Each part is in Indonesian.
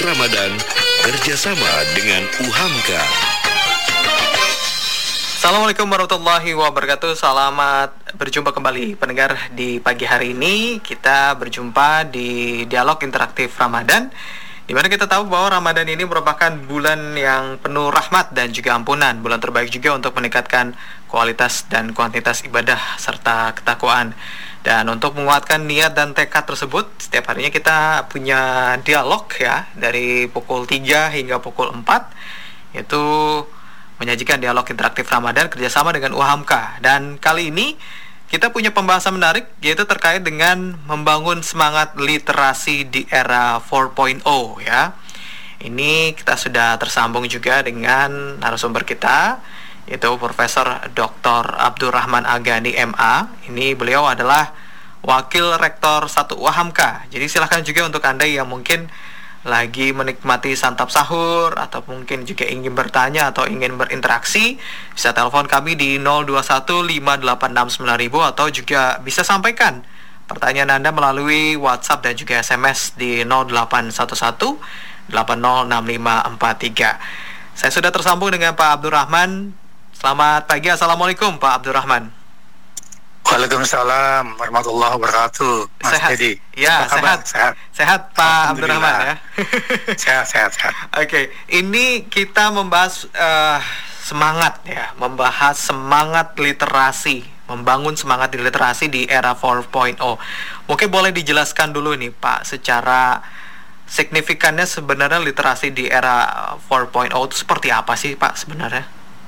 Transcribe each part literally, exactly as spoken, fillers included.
Ramadan kerjasama dengan UHAMKA. Assalamualaikum warahmatullahi wabarakatuh. Selamat berjumpa kembali pendengar. Di pagi hari ini kita berjumpa di Dialog Interaktif Ramadan, di mana kita tahu bahwa Ramadan ini merupakan bulan yang penuh rahmat dan juga ampunan, bulan terbaik juga untuk meningkatkan kualitas dan kuantitas ibadah serta ketakwaan. Dan untuk menguatkan niat dan tekad tersebut, setiap harinya kita punya dialog ya, dari pukul tiga hingga pukul empat, yaitu menyajikan dialog interaktif Ramadan kerjasama dengan UHAMKA. Dan kali ini kita punya pembahasan menarik, yaitu terkait dengan membangun semangat literasi di era empat titik nol ya. Ini kita sudah tersambung juga dengan narasumber kita, yaitu Profesor Doktor Abdurrahman Agani M A. Ini beliau adalah Wakil Rektor satu UHAMKA. Jadi silahkan juga untuk Anda yang mungkin lagi menikmati santap sahur, atau mungkin juga ingin bertanya atau ingin berinteraksi, bisa telepon kami di nol dua satu lima delapan enam sembilan ribu, atau juga bisa sampaikan pertanyaan Anda melalui WhatsApp dan juga S M S di nol delapan satu satu delapan nol enam lima empat tiga. Saya sudah tersambung dengan Pak Abdurrahman. Selamat pagi, Assalamualaikum Pak Abdurrahman. Waalaikumsalam warahmatullahi wabarakatuh. Mas Sehat. Teddy. Ya, sehat. sehat. Sehat Pak Abdurrahman ya. Sehat, sehat, sehat. Oke, okay. Ini kita membahas uh, semangat ya, membahas semangat literasi, membangun semangat literasi di era empat titik nol. Mungkin boleh dijelaskan dulu nih Pak, secara signifikannya sebenarnya literasi di era empat titik nol itu seperti apa sih Pak sebenarnya?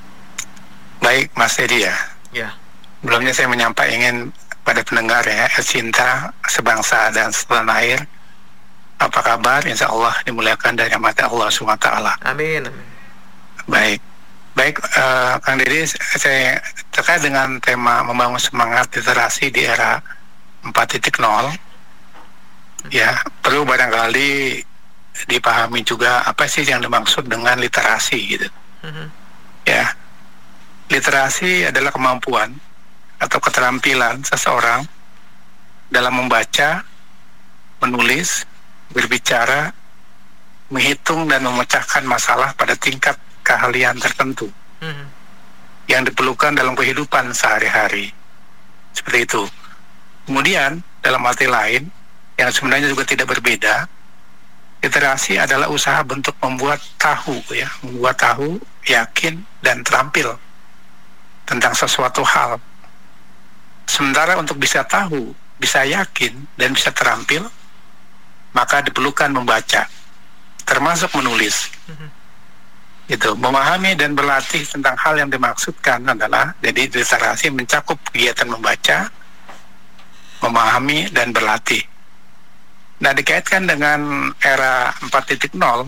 Baik, Mas Teddy ya. Ya. Sebelumnya saya menyampaikan ingin pada pendengar ya, cinta sebangsa dan setanah air. Apa kabar? Insya Allah dimuliakan dari rahmat Allah subhanahu wa taala. Amin. Amin. Baik, baik uh, Kang Deddy, saya terkait dengan tema membangun semangat literasi di era empat titik nol. Ya, perlu barangkali dipahami juga apa sih yang dimaksud dengan literasi gitu. Mm-hmm. Ya, literasi adalah kemampuan atau keterampilan seseorang dalam membaca, menulis, berbicara, menghitung dan memecahkan masalah pada tingkat keahlian tertentu mm-hmm. yang diperlukan dalam kehidupan sehari-hari. Seperti itu. Kemudian dalam arti lain yang sebenarnya juga tidak berbeda, literasi adalah usaha bentuk membuat tahu ya, membuat tahu, yakin dan terampil tentang sesuatu hal. Sementara untuk bisa tahu, bisa yakin, dan bisa terampil, maka diperlukan membaca, termasuk menulis. Mm-hmm. Itu, memahami dan berlatih tentang hal yang dimaksudkan adalah, jadi literasi mencakup kegiatan membaca, memahami, dan berlatih. Nah, dikaitkan dengan era empat titik nol,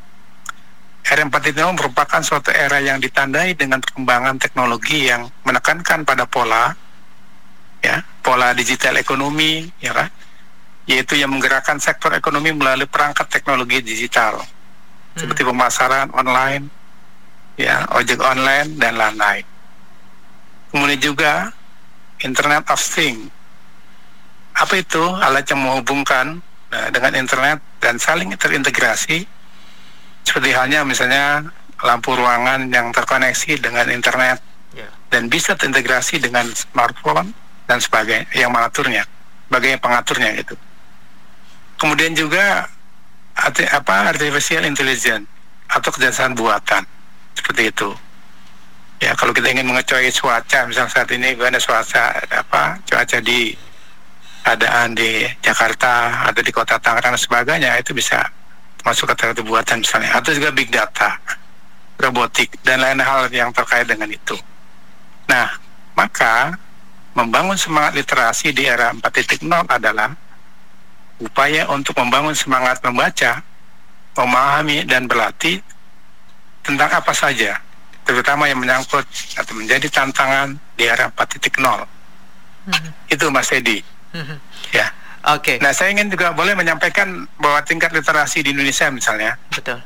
era empat titik nol merupakan suatu era yang ditandai dengan perkembangan teknologi yang menekankan pada pola, ya, pola digital ekonomi, ya kan, yaitu yang menggerakkan sektor ekonomi melalui perangkat teknologi digital, hmm. seperti pemasaran online, ya, ojek online dan lain-lain. Kemudian juga Internet of Things. Apa itu? Alat yang menghubungkan nah, dengan internet dan saling terintegrasi, seperti halnya misalnya lampu ruangan yang terkoneksi dengan internet, yeah. dan bisa terintegrasi dengan smartphone dan sebagainya, yang mengaturnya, bagian pengaturnya itu. Kemudian juga arti, apa artificial intelligence atau kecerdasan buatan, seperti itu. Ya, kalau kita ingin mengetahui cuaca, misalnya saat ini ada cuaca apa cuaca di keadaan di Jakarta atau di kota Tangerang dan sebagainya, itu bisa masuk ke teknologi buatan misalnya, atau juga big data, robotik dan lain hal yang terkait dengan itu. Nah, maka membangun semangat literasi di era empat titik nol adalah upaya untuk membangun semangat membaca, memahami dan berlatih tentang apa saja, terutama yang menyangkut atau menjadi tantangan di era empat titik nol. Mm-hmm. Itu Mas Edi. Mm-hmm. Ya. Oke. Okay. Nah, saya ingin juga boleh menyampaikan bahwa tingkat literasi di Indonesia misalnya. Betul.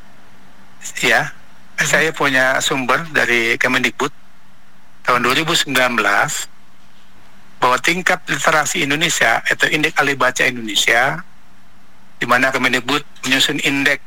Ya. Mm-hmm. Saya punya sumber dari Kemendikbud tahun dua ribu sembilan belas bahwa tingkat literasi Indonesia atau indeks ahli baca Indonesia, di mana Kemendikbud menyusun indeks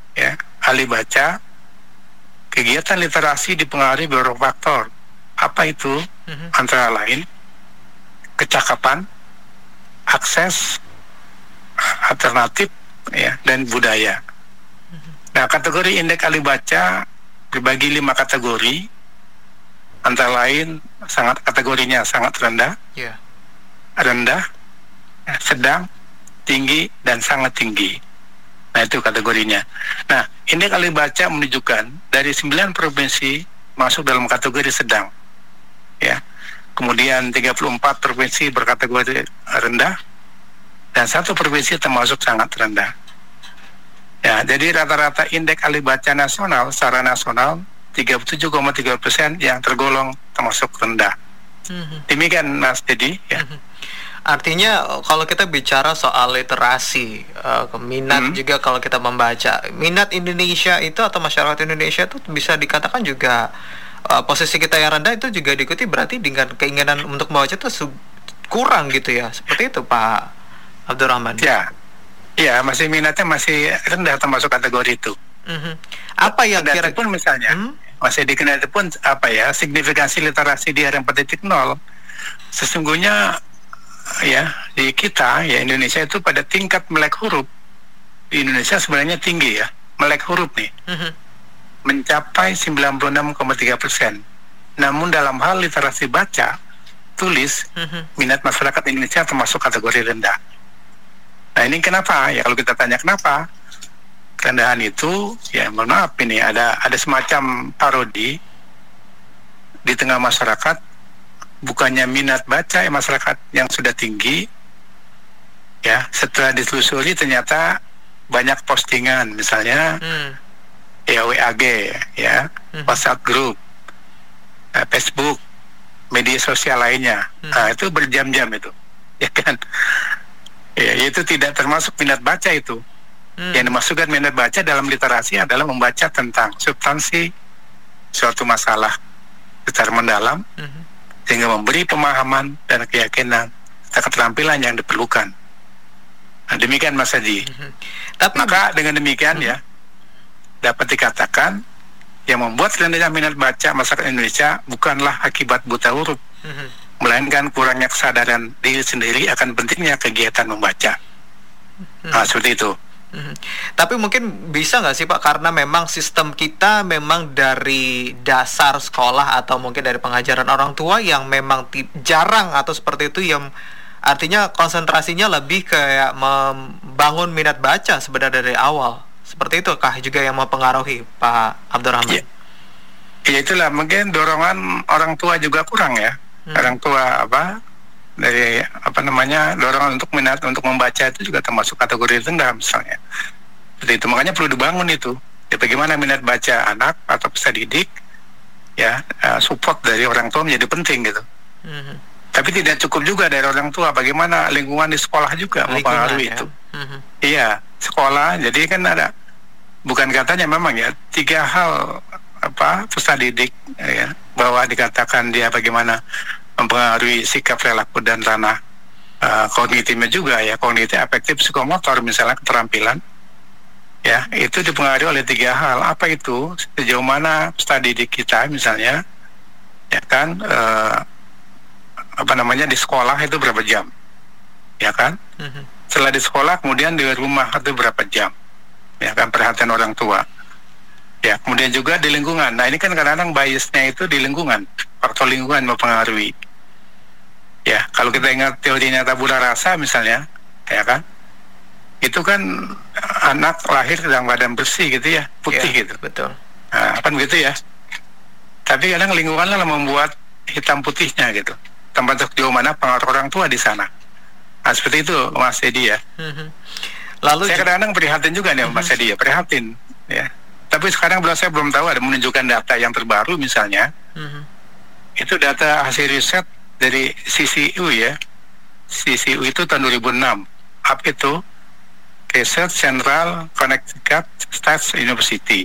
ya, ahli baca, kegiatan literasi dipengaruhi beberapa faktor. Apa itu? Mm-hmm. Antara lain kecakapan, akses alternatif, ya, dan budaya. Mm-hmm. Nah, kategori indeks ahli baca dibagi lima kategori, antara lain sangat kategorinya sangat rendah, yeah. rendah, sedang, tinggi, dan sangat tinggi. Nah, itu kategorinya. Nah, indeks ahli baca menunjukkan dari sembilan provinsi masuk dalam kategori sedang, ya. Kemudian tiga puluh empat provinsi berkategori rendah, dan satu provinsi termasuk sangat rendah. Ya, jadi rata-rata indeks ahli baca nasional secara nasional tiga puluh tujuh koma tiga persen yang tergolong termasuk rendah. Mm-hmm. Demikian Mas Dedi, ya. Mm-hmm. Artinya kalau kita bicara soal literasi, uh, minat mm-hmm. juga kalau kita membaca, minat Indonesia itu atau masyarakat Indonesia itu bisa dikatakan juga uh, posisi kita yang rendah itu juga diikuti, berarti dengan keinginan untuk membaca itu sub- kurang gitu ya, seperti itu Pak Abdurrahman. Ya. Iya, masih minatnya masih rendah termasuk kategori itu. Mm-hmm. Apa yang kira-kira pun misalnya, mm-hmm. masih dikenal pun apa ya, signifikansi literasi di era empat titik nol sesungguhnya ya di kita ya Indonesia itu pada tingkat melek huruf di Indonesia sebenarnya tinggi ya, melek huruf nih, mm-hmm. mencapai sembilan puluh enam koma tiga persen. Namun dalam hal literasi baca, tulis, mm-hmm. minat masyarakat Indonesia termasuk kategori rendah. Nah, ini kenapa? Ya kalau kita tanya kenapa kerendahan itu, ya mohon maaf ini ada ada semacam parodi di tengah masyarakat, bukannya minat baca ya masyarakat yang sudah tinggi, ya setelah ditelusuri ternyata banyak postingan misalnya, hmm. ya W A G, ya hmm. WhatsApp group, uh, Facebook, media sosial lainnya, hmm. nah, itu berjam-jam itu, ya kan? Ya, itu tidak termasuk minat baca itu. Hmm. Yang dimaksudkan minat baca dalam literasi adalah membaca tentang substansi suatu masalah secara mendalam, hmm. sehingga memberi pemahaman dan keyakinan serta keterampilan yang diperlukan. Nah, demikian Mas Haji. Hmm. Tapi, Maka dengan demikian hmm. ya dapat dikatakan yang membuat rendahnya minat baca masyarakat Indonesia bukanlah akibat buta huruf, hmm. melainkan kurangnya kesadaran diri sendiri akan pentingnya kegiatan membaca. Hmm. Nah, seperti itu. Hmm. Tapi mungkin bisa nggak sih Pak, karena memang sistem kita memang dari dasar sekolah atau mungkin dari pengajaran orang tua yang memang t- jarang atau seperti itu, yang artinya konsentrasinya lebih kayak membangun minat baca sebenarnya dari awal. Seperti itu kah juga yang mempengaruhi Pak Abdurrahman? Ya, ya itulah mungkin dorongan orang tua juga kurang ya. Hmm. Orang tua apa dari apa namanya dorongan untuk minat untuk membaca itu juga termasuk kategori rendah misalnya. Jadi itu makanya perlu dibangun itu. Ya, bagaimana minat baca anak atau peserta didik ya, uh, support dari orang tua menjadi penting gitu. Hmm. Tapi tidak cukup juga dari orang tua, bagaimana lingkungan di sekolah juga mempengaruhi ya? Itu. Hmm. Iya, sekolah. Jadi kan ada bukan katanya memang ya tiga hal apa peserta didik ya, bahwa dikatakan dia bagaimana mempengaruhi sikap, perilaku dan ranah uh, kognitifnya juga ya, kognitif, afektif, psikomotor misalnya keterampilan ya, itu dipengaruhi oleh tiga hal. Apa itu? Sejauh mana peserta didik kita misalnya ya kan uh, apa namanya di sekolah itu berapa jam ya kan, mm-hmm. setelah di sekolah kemudian di rumah itu berapa jam ya kan, perhatian orang tua. Ya, kemudian juga di lingkungan. Nah, ini kan kadang-kadang biasnya itu di lingkungan, faktor lingkungan mempengaruhi. Ya, kalau kita ingat teorinya tabula rasa misalnya, ya kan, itu kan anak lahir dalam badan bersih gitu ya, putih ya, gitu. Betul. Nah, kan begitu ya. Tapi kadang lingkunganlah membuat hitam putihnya gitu. Tempat sejauh mana pengaruh orang tua di sana. Nah, seperti itu Mas Edi ya. Mm-hmm. Lalu saya kadang-kadang prihatin juga nih mm-hmm. Mas Edi ya, prihatin ya. Tapi sekarang belum saya belum tahu ada menunjukkan data yang terbaru misalnya. Mm-hmm. Itu data hasil riset dari C C U ya. C C U itu tahun dua ribu enam. Apa itu? Research Central Connecticut State University.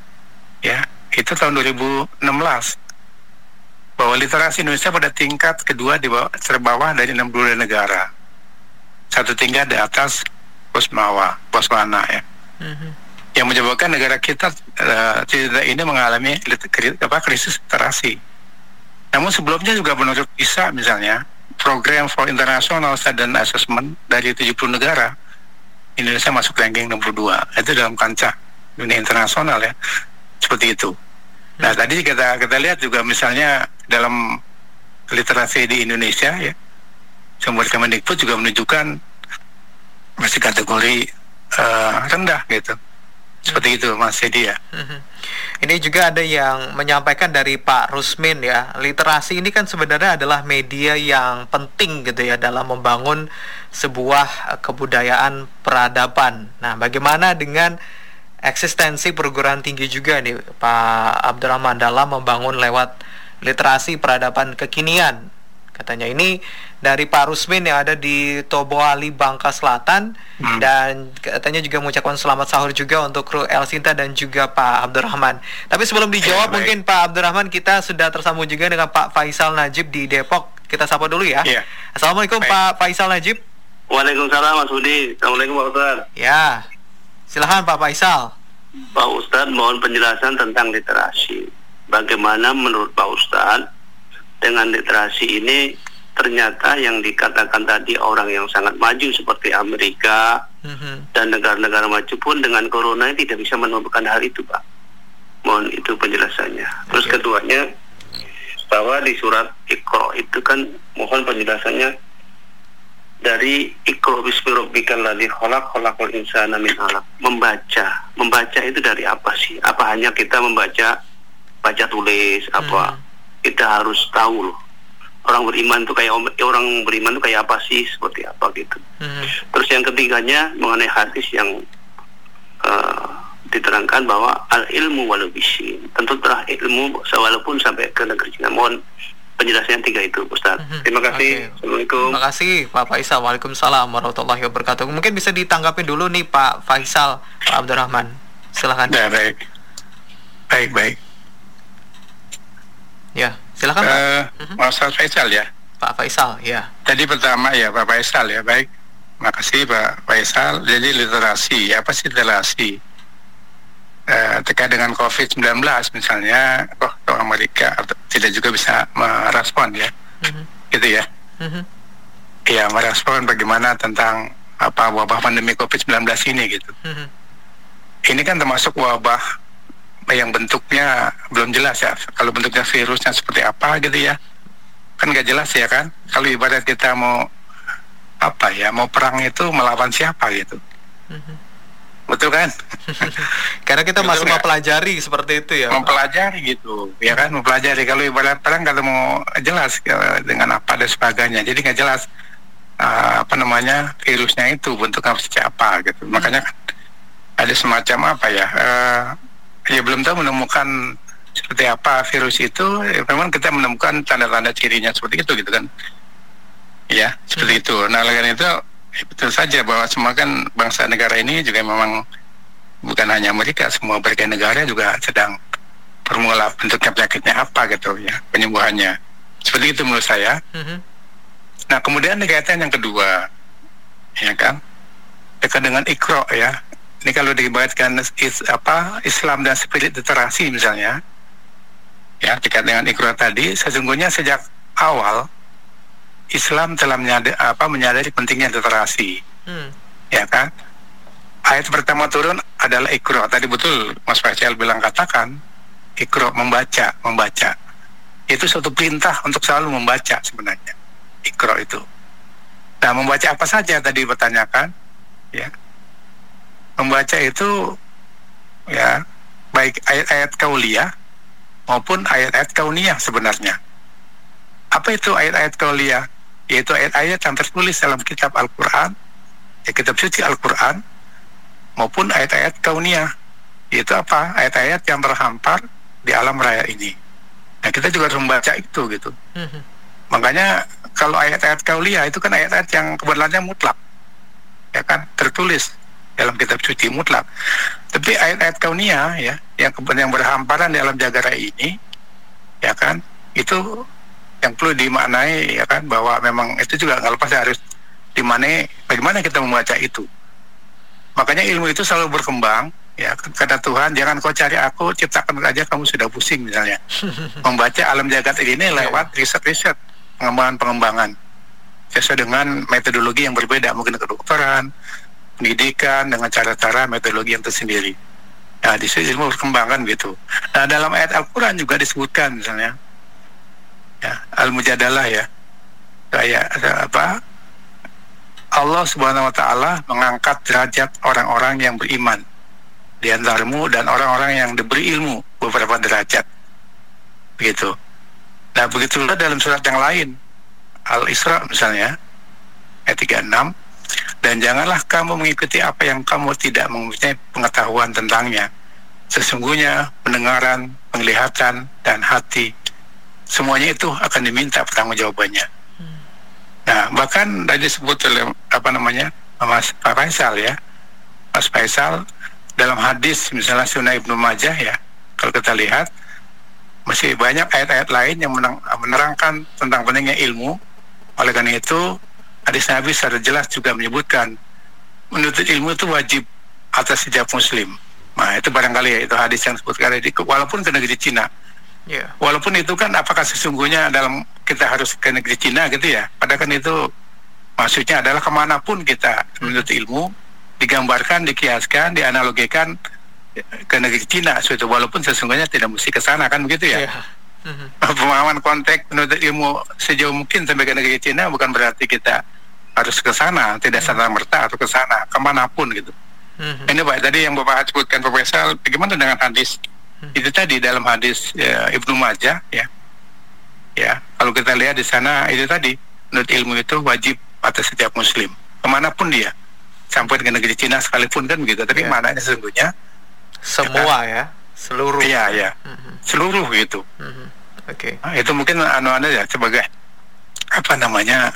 Ya, itu tahun dua ribu enam belas. Bahwa literasi Indonesia pada tingkat kedua di bawah terbawah dari enam puluh negara. Satu tingkat di atas Botswana, Botswana ya. Mm-hmm. yang menyebabkan negara kita uh, tidak ini mengalami apa krisis literasi. Namun sebelumnya juga menurut I S A misalnya, Program for International Student Assessment dari tujuh puluh negara, Indonesia masuk ranking enam puluh dua. Itu dalam kancah dunia internasional ya, seperti itu. Nah hmm. tadi kita kita lihat juga misalnya dalam literasi di Indonesia ya, sumber Kemendikbud juga menunjukkan masih kategori uh, rendah gitu. Seperti hmm. itu Mas Edi ya. Hmm. Ini juga ada yang menyampaikan dari Pak Rusmin ya, literasi ini kan sebenarnya adalah media yang penting gitu ya dalam membangun sebuah kebudayaan peradaban. Nah, bagaimana dengan eksistensi perguruan tinggi juga nih Pak Abdurrahman dalam membangun lewat literasi peradaban kekinian? Katanya ini dari Pak Rusmin yang ada di Toboali, Bangka Selatan, hmm. dan katanya juga mengucapkan selamat sahur juga untuk kru El Sinta dan juga Pak Abdurrahman. Tapi sebelum dijawab, ya, mungkin Pak Abdurrahman, kita sudah tersambung juga dengan Pak Faisal Najib di Depok. Kita sapa dulu ya. ya. Assalamualaikum baik. Pak Faisal Najib. Waalaikumsalam Mas Budi. Assalamualaikum Pak Ustaz. Ya, silahkan Pak Faisal. Pak Ustaz, mohon penjelasan tentang literasi. Bagaimana menurut Pak Ustaz dengan literasi ini? Ternyata yang dikatakan tadi orang yang sangat maju seperti Amerika mm-hmm. dan negara-negara maju pun dengan corona tidak bisa menemukan hal itu, Pak. Mohon itu penjelasannya. Terus okay. keduanya, bahwa di surat Iqra itu kan mohon penjelasannya dari Iqra bismi rabbikal ladzi khalaq khalaqal insana min 'alaq. Membaca, membaca itu dari apa sih? Apa hanya kita membaca baca tulis apa? Mm. Kita harus tahu loh. Orang beriman itu kayak orang beriman itu kayak apa sih, seperti apa gitu. Hmm. Terus yang ketiganya mengenai hadis yang uh, diterangkan bahwa al ilmu walau bisin, tentu telah ilmu walaupun sampai ke negeri Cina. Mohon penjelasannya tiga itu, Ustaz. Hmm. Terima kasih. Okay. Assalamualaikum. Terima kasih Pak Faisal. Waalaikumsalam warahmatullahi wabarakatuh. Mungkin bisa ditanggapin dulu nih Pak Faisal, Pak Abdurrahman. Silakan. Ya, baik. Baik, baik. Ya, silakan Pak. Uh, Mas Faisal ya. Pak Faisal, ya. Tadi pertama ya Pak Faisal ya, baik. Makasih Pak Faisal. Jadi literasi, apa sih literasi? Uh, terkait dengan covid sembilan belas misalnya, oh, Amerika tidak juga bisa merespon ya, uh-huh. gitu ya. Uh-huh. Ya, merespon bagaimana tentang apa wabah pandemi covid sembilan belas ini gitu. Uh-huh. Ini kan termasuk wabah yang bentuknya belum jelas ya. Kalau bentuknya virusnya seperti apa gitu ya, kan nggak jelas ya kan. Kalau ibarat kita mau apa ya, mau perang itu melawan siapa gitu. Mm-hmm. Betul kan? Karena kita betul masih gak? Mempelajari seperti itu ya. Mempelajari gitu, ya kan, mempelajari. Kalau ibarat perang kalau mau jelas ya, dengan apa dan sebagainya. Jadi nggak jelas uh, apa namanya virusnya itu bentuknya seperti apa gitu. Mm-hmm. Makanya kan ada semacam apa ya? Uh, Ya belum tahu menemukan seperti apa virus itu. Ya, memang kita menemukan tanda-tanda cirinya seperti itu gitu kan. Ya seperti hmm. itu. Nah oleh itu ya betul saja bahwa semua kan bangsa negara ini juga memang bukan hanya Amerika, semua berbagai negara juga sedang formula bentuknya penyakitnya apa gitu ya, penyembuhannya. Seperti itu menurut saya. Hmm. Nah kemudian kaitan yang kedua, ya kan, dekat dengan Iqra ya. Ini kalau dibaratkan is, apa Islam dan spirit literasi misalnya, ya dekat dengan Iqra tadi, sesungguhnya sejak awal Islam telah menyadari, apa, menyadari pentingnya literasi, hmm. ya kan. Ayat pertama turun adalah Iqra. Tadi betul Mas Faisal bilang katakan Iqra, membaca, membaca. Itu suatu perintah untuk selalu membaca sebenarnya. Iqra itu. Nah membaca apa saja tadi dipertanyakan, ya. Membaca itu ya baik ayat-ayat kauliyah maupun ayat-ayat kauniyah sebenarnya. Apa itu ayat-ayat kauliyah? Yaitu ayat-ayat yang tertulis dalam kitab Al-Quran, ya kitab suci Al-Quran, maupun ayat-ayat kauniyah, yaitu apa? Ayat-ayat yang terhampar di alam raya ini. Nah kita juga harus membaca itu gitu. Mm-hmm. Makanya kalau ayat-ayat kauliyah itu kan ayat-ayat yang kebenarannya mutlak, ya kan, tertulis dalam kitab suci mutlak. Tapi ayat-ayat kauniyah ya yang yang berhamparan di alam jagat raya ini, ya kan, itu yang perlu dimaknai, ya kan, bahwa memang itu juga nggak lepas harus dimaknai bagaimana kita membaca itu. Makanya ilmu itu selalu berkembang Ya, kata Tuhan, jangan kau cari aku, ciptakan aja kamu sudah pusing misalnya. Membaca alam jagat ini lewat riset-riset, pengembangan-pengembangan. Sesuai dengan metodologi yang berbeda, mungkin kedokteran, pendidikan, dengan cara-cara metodologi yang tersendiri. Nah, di situ ilmu berkembangan gitu. Nah, dalam ayat Al-Quran juga disebutkan misalnya, ya, Al-Mujadalah ya, kayak apa? Allah Subhanahu Wa Taala mengangkat derajat orang-orang yang beriman di antaramu dan orang-orang yang diberi ilmu beberapa derajat, begitu. Nah, begitulah dalam surat yang lain, Al-Isra misalnya, ayat tiga puluh enam, dan janganlah kamu mengikuti apa yang kamu tidak mempunyai pengetahuan tentangnya. Sesungguhnya pendengaran, penglihatan, dan hati, semuanya itu akan diminta pertanggungjawabannya. Hmm. Nah, bahkan tadi disebut oleh apa namanya Mas Pak Faisal ya, Mas Faisal dalam hadis misalnya Sunan Ibnu Majah ya, kalau kita lihat masih banyak ayat-ayat lain yang menerangkan tentang pentingnya ilmu. Oleh karena itu hadis Nabi secara jelas juga menyebutkan menuntut ilmu itu wajib atas setiap muslim. Nah, itu barangkali ya, itu hadis yang disebutkan tadi, walaupun ke negeri Cina. Yeah. Walaupun itu kan apakah sesungguhnya dalam kita harus ke negeri Cina gitu ya, padahal kan itu maksudnya adalah kemanapun kita menuntut ilmu, digambarkan, dikiaskan, dianalogikan ke negeri Cina, suatu walaupun sesungguhnya tidak mesti ke sana kan begitu ya. Yeah. Mm-hmm. Pemahaman konteks menuntut ilmu sejauh mungkin sampai ke negeri Cina bukan berarti kita harus ke sana, tidak mm-hmm. serta-merta atau ke sana, kemanapun gitu. Mm-hmm. Ini Pak, tadi yang Bapak sebutkan Pak Faisal, bagaimana dengan hadis? Mm-hmm. Itu tadi dalam hadis ya, Ibnu Majah ya. Ya, kalau kita lihat di sana itu tadi, menuntut ilmu itu wajib atas setiap muslim, kemanapun dia. Sampai ke negeri Cina sekalipun kan begitu, tapi yeah. maknanya sesungguhnya semua ya, seluruh. Iya ya, mm-hmm. seluruh gitu. Mm-hmm. Oke. Okay. Nah, itu mungkin anu-anu ya sebagai apa namanya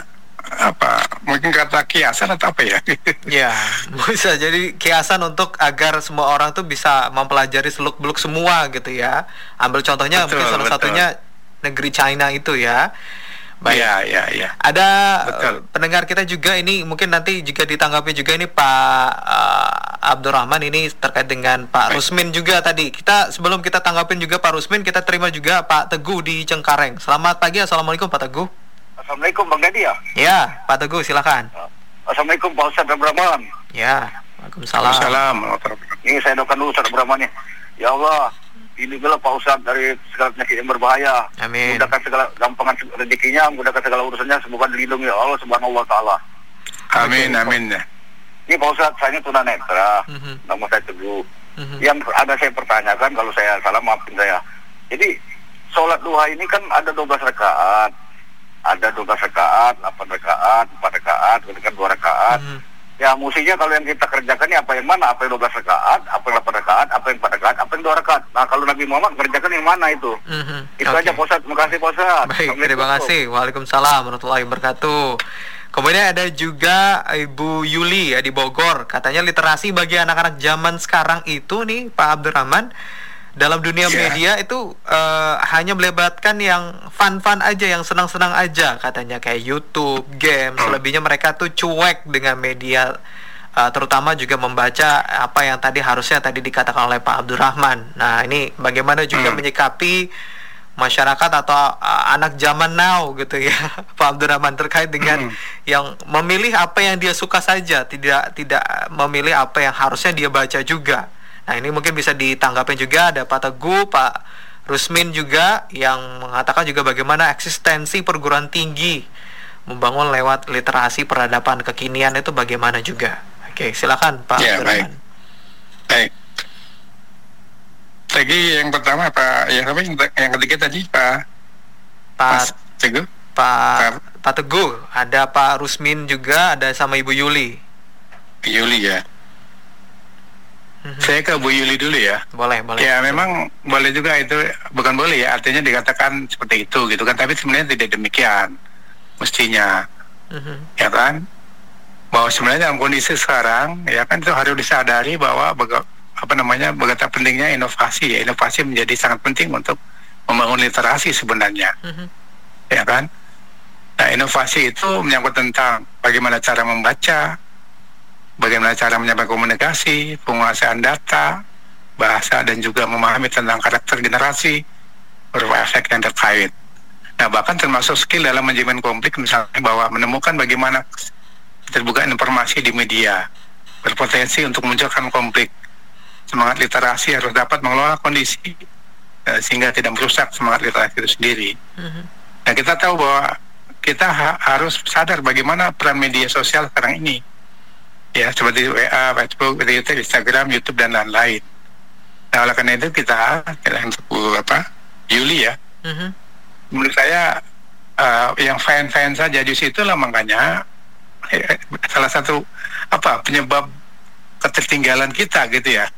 apa mungkin kata kiasan atau apa ya? Ya, bisa jadi kiasan untuk agar semua orang tuh bisa mempelajari seluk-beluk semua gitu ya. Ambil contohnya betul, mungkin salah betul. satunya negeri China itu ya. Baik. Ya, ya, ya. Ada Betul. pendengar kita juga ini mungkin nanti juga ditanggapi juga ini Pak uh, Abdurrahman ini terkait dengan Pak Baik. Rusmin juga tadi. Kita sebelum kita tanggapin juga Pak Rusmin, kita terima juga Pak Teguh di Cengkareng. Selamat pagi, Assalamualaikum Pak Teguh. Assalamualaikum Bang Gadi ya. Ya, Pak Teguh silakan. Assalamualaikum Pak Ustadz Abdurrahman. Ya, Waalaikumsalam. Waalaikumsalam. Ini saya doakan dulu Ustadz Abdurrahman nih. Ya Allah, ini bila Pak Ustadz dari segala penyakit yang berbahaya. Amin. Mudahkan segala gampangan rezekinya, mudahkan segala urusannya, semoga dilindungi Allah Subhanahu wa taala. Amin, amin. Ini Pak Ustadz, saya tunanetra. Mm-hmm. Nama saya Teguh. Mm-hmm. Yang ada saya pertanyakan, kalau saya salah maafin saya. Jadi sholat duha ini kan ada dua belas rakaat. Ada dua belas rakaat, delapan rakaat, empat rakaat, kemudian dua rakaat. Mm-hmm. Ya, mestinya kalau yang kita kerjakan ini apa yang mana? Apa yang dua belas rakaat, apa yang delapan rakaat, apa yang empat rakaat, apa yang dua rakaat. Nah, kalau Nabi Muhammad kerjakan yang mana itu? Mm-hmm. Itu okay. aja, Pak Ustadz. Terima kasih, Pak Ustadz. Baik, terima kasih. Waalaikumsalam warahmatullahi wabarakatuh. Kemudian ada juga Ibu Yuli ya di Bogor. Katanya literasi bagi anak-anak zaman sekarang itu nih, Pak Abdurrahman, dalam dunia yeah. media itu uh, hanya melibatkan yang fun-fun aja, yang senang-senang aja katanya, kayak YouTube, game. Selebihnya mereka tuh cuek dengan media, uh, terutama juga membaca apa yang tadi harusnya tadi dikatakan oleh Pak Abdurrahman. Nah, ini bagaimana juga hmm. menyikapi masyarakat atau uh, anak zaman now gitu ya, Pak Abdurrahman, terkait dengan hmm. yang memilih apa yang dia suka saja, tidak tidak memilih apa yang harusnya dia baca juga. Nah, ini mungkin bisa ditanggapin juga, ada Pak Teguh, Pak Rusmin juga yang mengatakan juga bagaimana eksistensi perguruan tinggi membangun lewat literasi peradaban kekinian itu bagaimana juga. Oke, silakan Pak ya, Abdurrahman. Baik. Baik. Lagi yang pertama Pak, yang apa yang ketiga tadi Pak Pak Mas Teguh. Pak Pak, Pak Teguh, ada Pak Rusmin juga, ada sama Ibu Yuli. Yuli ya. Mm-hmm. Saya ke Bu Yuli dulu ya. Boleh, boleh. Ya, memang boleh juga itu, bukan boleh ya, artinya dikatakan seperti itu gitu kan, tapi sebenarnya tidak demikian mestinya. Mm-hmm. Ya kan? Bahwa sebenarnya dalam kondisi sekarang ya kan itu harus disadari bahwa baga- apa namanya betapa pentingnya inovasi ya. Inovasi menjadi sangat penting untuk membangun literasi sebenarnya. Mm-hmm. Ya kan? Nah, inovasi itu menyangkut tentang bagaimana cara membaca, bagaimana cara menyampaikan komunikasi, penguasaan data, bahasa, dan juga memahami tentang karakter generasi, beberapa efek yang terkait. Nah, bahkan termasuk skill dalam manajemen konflik, misalnya bahwa menemukan bagaimana keterbukaan informasi di media berpotensi untuk memunculkan konflik. Semangat literasi harus dapat mengelola kondisi uh, sehingga tidak merusak semangat literasi itu sendiri. Mm-hmm. Nah, kita tahu bahwa kita ha- harus sadar bagaimana peran media sosial sekarang ini, ya, seperti W A, Facebook, Twitter, Instagram, YouTube, dan lain-lain. Nah, oleh karena itu kita dalam sepuluh apa Juli ya, mm-hmm. menurut saya uh, yang fine-fine saja di situ lah, makanya eh, salah satu apa penyebab ketertinggalan kita gitu ya,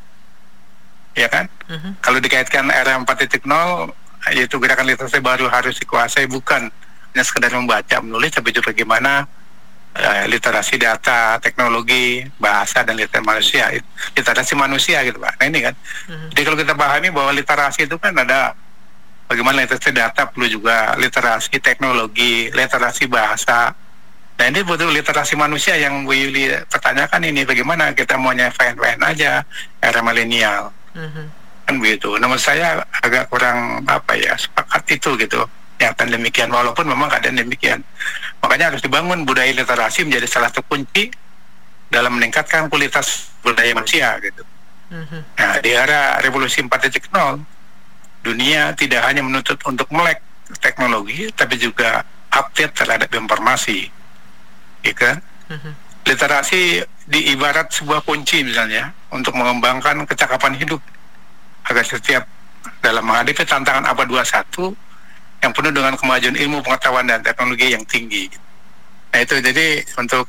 ya kan? Mm-hmm. Kalau dikaitkan era empat titik nol, yaitu gerakan literasi baru harus dikuasai, bukan hanya sekedar membaca, menulis, tapi juga bagaimana uh, literasi data, teknologi, bahasa, dan literasi manusia, literasi manusia gitu Pak. Nah ini kan, mm-hmm. jadi kalau kita pahami bahwa literasi itu kan ada bagaimana literasi data, perlu juga literasi teknologi, literasi bahasa. Nah ini butuh literasi manusia yang Bu Yuli pertanyakan ini, bagaimana kita maunya fine-fine aja era milenial. Mm-hmm. Kan begitu. Namun saya agak kurang apa ya sepakat itu gitu. Ya kan demikian, walaupun memang keadaan demikian. Makanya harus dibangun budaya literasi menjadi salah satu kunci dalam meningkatkan kualitas budaya manusia gitu. Mm-hmm. Nah di era revolusi empat titik nol, dunia tidak hanya menuntut untuk melek teknologi, tapi juga update terhadap informasi, ya kan? Mm-hmm. Literasi diibarat sebuah kunci misalnya untuk mengembangkan kecakapan hidup agar setiap dalam menghadapi tantangan abad dua puluh satu yang penuh dengan kemajuan ilmu, pengetahuan, dan teknologi yang tinggi. Nah itu jadi untuk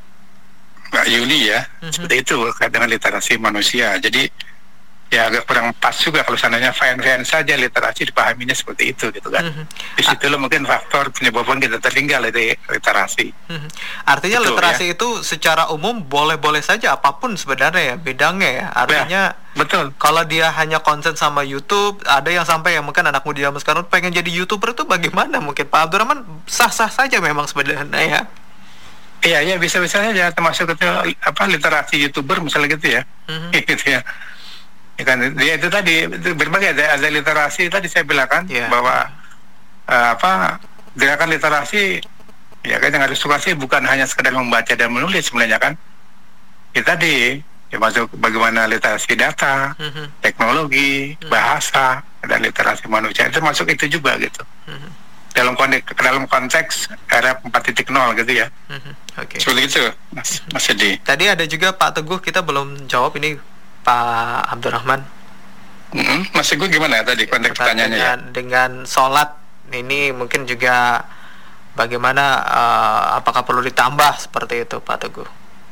Mbak Yuli ya, mm-hmm. seperti itu terkait dengan literasi manusia. Jadi ya agak kurang pas juga kalau seandainya fine-fine saja literasi dipahaminya seperti itu gitu kan. Mm-hmm. Di situ lo mungkin faktor penyebabkan kita tertinggal dari literasi. Mm-hmm. Artinya betul, literasi ya? Itu secara umum boleh-boleh saja apapun sebenarnya ya bidangnya ya. Artinya ya, betul. Kalau dia hanya konsen sama YouTube, ada yang sampai yang mungkin anak muda zaman sekarang pengen jadi YouTuber itu bagaimana? Mungkin Pak Abdurrahman sah-sah saja memang sebenarnya ya. Iya, ya bisa-bisa saja termasuk itu apa literasi YouTuber misalnya gitu ya. Mm-hmm. gitu ya. Ya kan, dia itu tadi itu berbagai ada, ada literasi tadi saya bilang kan yeah. bahwa uh, apa gerakan literasi ya kan yang harus disukai bukan hanya sekedar membaca dan menulis sebenarnya kan. Ya tadi ya masuk bagaimana literasi data, mm-hmm. teknologi, mm-hmm. bahasa, dan literasi manusia itu masuk itu juga gitu. Mm-hmm. Dalam konteks dalam konteks era empat titik nol gitu ya. Mm-hmm. Oke. Okay. Seperti itu Mas Mas Edi. Tadi ada juga Pak Teguh, kita belum jawab ini Pak Abdurrahman. Mm-hmm. Mas Teguh gimana tadi konteks pertanyaannya dengan, ya? Dengan sholat ini mungkin juga bagaimana uh, apakah perlu ditambah seperti itu Pak Teguh?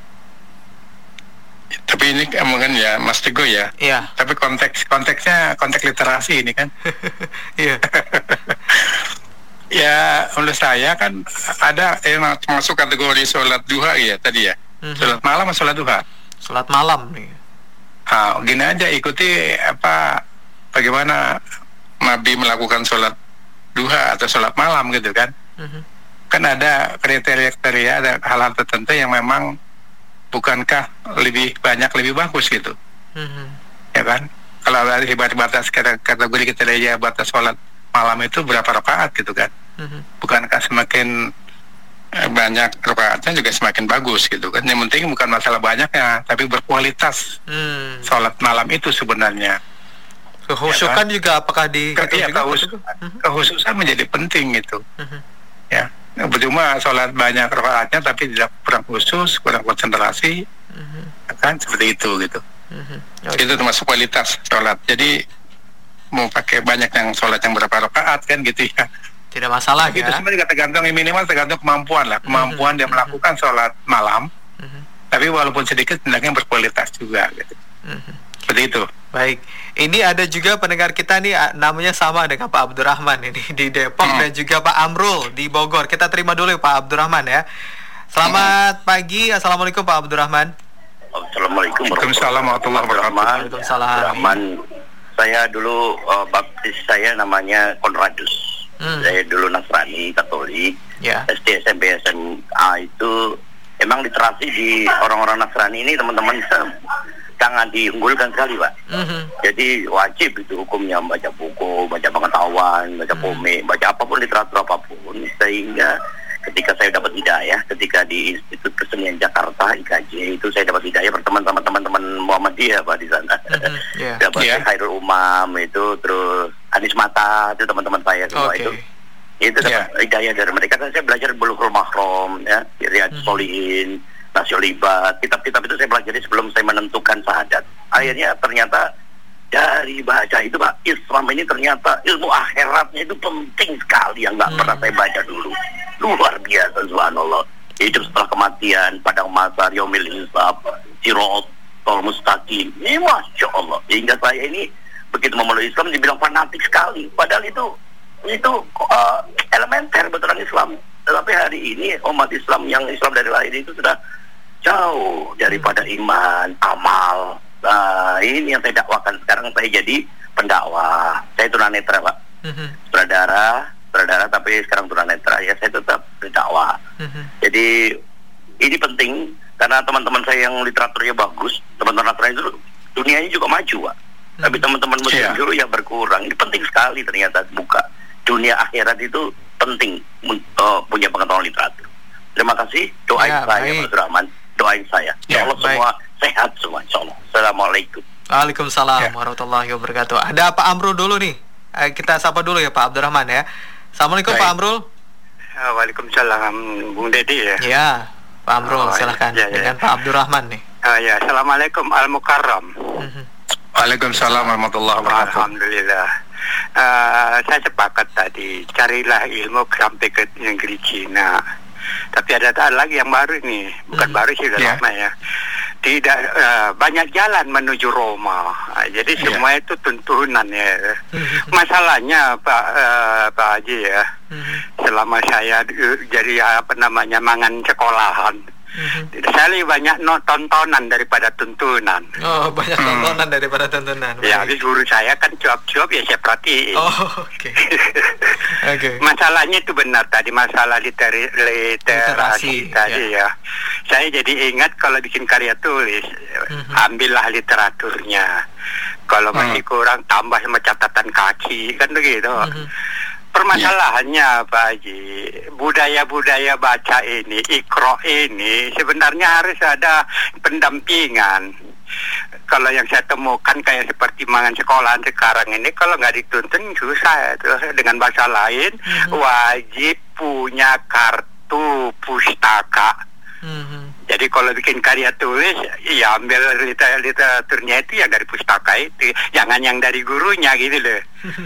Tapi ini mungkin ya Mas Teguh ya. Iya. Tapi konteks konteksnya konteks literasi ini kan. Iya. Ya menurut saya kan ada yang masuk kategori sholat duha ya tadi ya. Mm-hmm. Sholat malam atau sholat duha? Sholat malam nih. Ah, gini aja ikuti apa bagaimana Nabi melakukan sholat duha atau sholat malam gitu kan. Mm-hmm. Kan ada kriteria-kriteria, ada hal-hal tertentu yang memang bukankah lebih banyak lebih bagus gitu. Mm-hmm. Ya kan. Kalau ada batas kategori kriteria batas sholat malam itu berapa rakaat gitu kan. Mm-hmm. Bukankah semakin banyak rakaatnya juga semakin bagus gitu kan. Yang penting bukan masalah banyaknya, tapi berkualitas hmm. sholat malam itu sebenarnya. Kehusukan ya kan? Juga apakah di Ke, ya, kehus- uh-huh. kehususan menjadi penting gitu. Uh-huh. Ya, percuma sholat banyak rakaatnya tapi tidak kurang khusus, kurang konsentrasi, uh-huh. kan seperti itu gitu. Uh-huh. Okay. Itu termasuk kualitas sholat. Jadi mau pakai banyak yang sholat yang berapa rakaat kan gitu ya. Tidak masalah nah, ya. Itu sebenarnya tergantung minimal tergantung kemampuan lah, kemampuan mm-hmm. dia melakukan sholat malam, mm-hmm. tapi walaupun sedikit hendaknya berkualitas juga. Gitu. Mm-hmm. Seperti itu. Baik, ini ada juga pendengar kita nih namanya sama dengan Pak Abdurrahman ini di Depok mm. dan juga Pak Amrul di Bogor. Kita terima dulu Pak Abdurrahman ya. Selamat mm. pagi, assalamualaikum Pak Abdurrahman. Assalamualaikum warahmatullahi wabarakatuh. Waalaikumsalam. Saya dulu uh, baptis saya namanya Konradus. Hmm. Saya dulu Nasrani Katolik, yeah. S D, S M P, S M A itu emang literasi di orang-orang Nasrani ini teman-teman sangat diunggulkan sekali, Pak. Mm-hmm. Jadi wajib itu hukumnya baca buku, baca pengetahuan, baca komik, mm-hmm. baca apapun, literatur apapun, sehingga ketika saya dapat hidayah, ketika di Institut Kesenian Jakarta I K J itu saya dapat hidayah berteman sama teman-teman Muhammadiyah, Pak, di sana. Mm-hmm. Yeah. Dapat yeah. Khairul Umam itu, terus Anies Mata itu teman-teman saya semua okay. itu. Itu dapat yeah. hidayah dari mereka. Kan saya belajar Bulughul Mahram, ya, Riyadhus Shalihin, mm-hmm. Nasyolibat, kitab-kitab itu saya pelajari sebelum saya menentukan syahadat. Akhirnya ternyata dari baca itu, Pak, Islam ini ternyata ilmu akhiratnya itu penting sekali yang nggak hmm. pernah saya baca dulu. Luar biasa, subhanallah. Hidup setelah kematian, padang mahsyar, yaumil hisab, siratal mustaqim. Ini masya Allah. Hingga saya ini begitu memeluk Islam dibilang fanatik sekali. Padahal itu itu uh, elementer betulan Islam. Tetapi hari ini umat Islam yang Islam dari lahir itu sudah jauh daripada iman, amal. Nah, ini yang saya dakwakan sekarang. Saya jadi pendakwah. Saya tunanetra, Pak. Mm-hmm. Saudara, saudara, tapi sekarang tunanetra. Ya, saya tetap berdakwah. Mm-hmm. Jadi ini penting karena teman-teman saya yang literaturnya bagus, teman-teman literatur itu dunianya juga maju, Pak. Mm-hmm. Tapi teman-teman muslim dulu yeah. yang berkurang. Ini penting sekali ternyata buka dunia akhirat itu penting uh, punya pengetahuan literatur. Terima kasih. Doain ya, saya, Mas Rahman. Doain saya. Ya, ya Allah baik. Semua sehat semua, insyaallah. Assalamualaikum. Waalaikumsalam ya. warahmatullahi wabarakatuh. Ada Pak Amrul dulu nih. Eh, kita sapa dulu ya Pak Abdurrahman ya. Assalamualaikum baik. Pak Amrul. Uh, Waalaikumsalam Bung Dedi ya. Ya, Pak Amrul, oh, silahkan ya, ya, dengan ya. Pak Abdurrahman nih. Uh, ya, Assalamualaikum Al-Mukarram. Mm-hmm. Waalaikumsalam warahmatullahi wabarakatuh. Alhamdulillah. Uh, saya sepakat tadi, carilah ilmu sampai ke negeri Cina. Tapi ada, ada lagi yang baru ini, bukan hmm. baru sih, udah yeah. lama ya. Tidak uh, banyak jalan menuju Roma. Uh, jadi yeah. semua itu tuntunan ya. Masalahnya Pak uh, Pak Haji ya, hmm. selama saya uh, jadi apa namanya mangan sekolahan. Mm-hmm. Saya lebih banyak no, tontonan daripada tuntunan. Oh, banyak tontonan hmm. daripada tuntunan. Ya, habis guru saya kan cuap-cuap ya saya perhatiin. Oh, oke. Okay. Okay. Masalahnya itu benar tadi, masalah literi, literasi, literasi tadi ya. ya. Saya jadi ingat kalau bikin karya tulis, mm-hmm. ambillah literaturnya. Kalau masih mm. kurang tambah sama catatan kaki, kan begitu. Mm-hmm. Permasalahannya Pak Haji, budaya-budaya baca ini, ikro ini sebenarnya harus ada pendampingan. Kalau yang saya temukan kayak seperti mangan sekolahan sekarang ini, kalau nggak dituntun susah. Terus dengan bahasa lain, mm-hmm. wajib punya kartu pustaka. Mm-hmm. Jadi kalau bikin karya tulis, ya ambil liter- literaturnya itu ya dari pustaka itu, jangan yang dari gurunya gitu loh.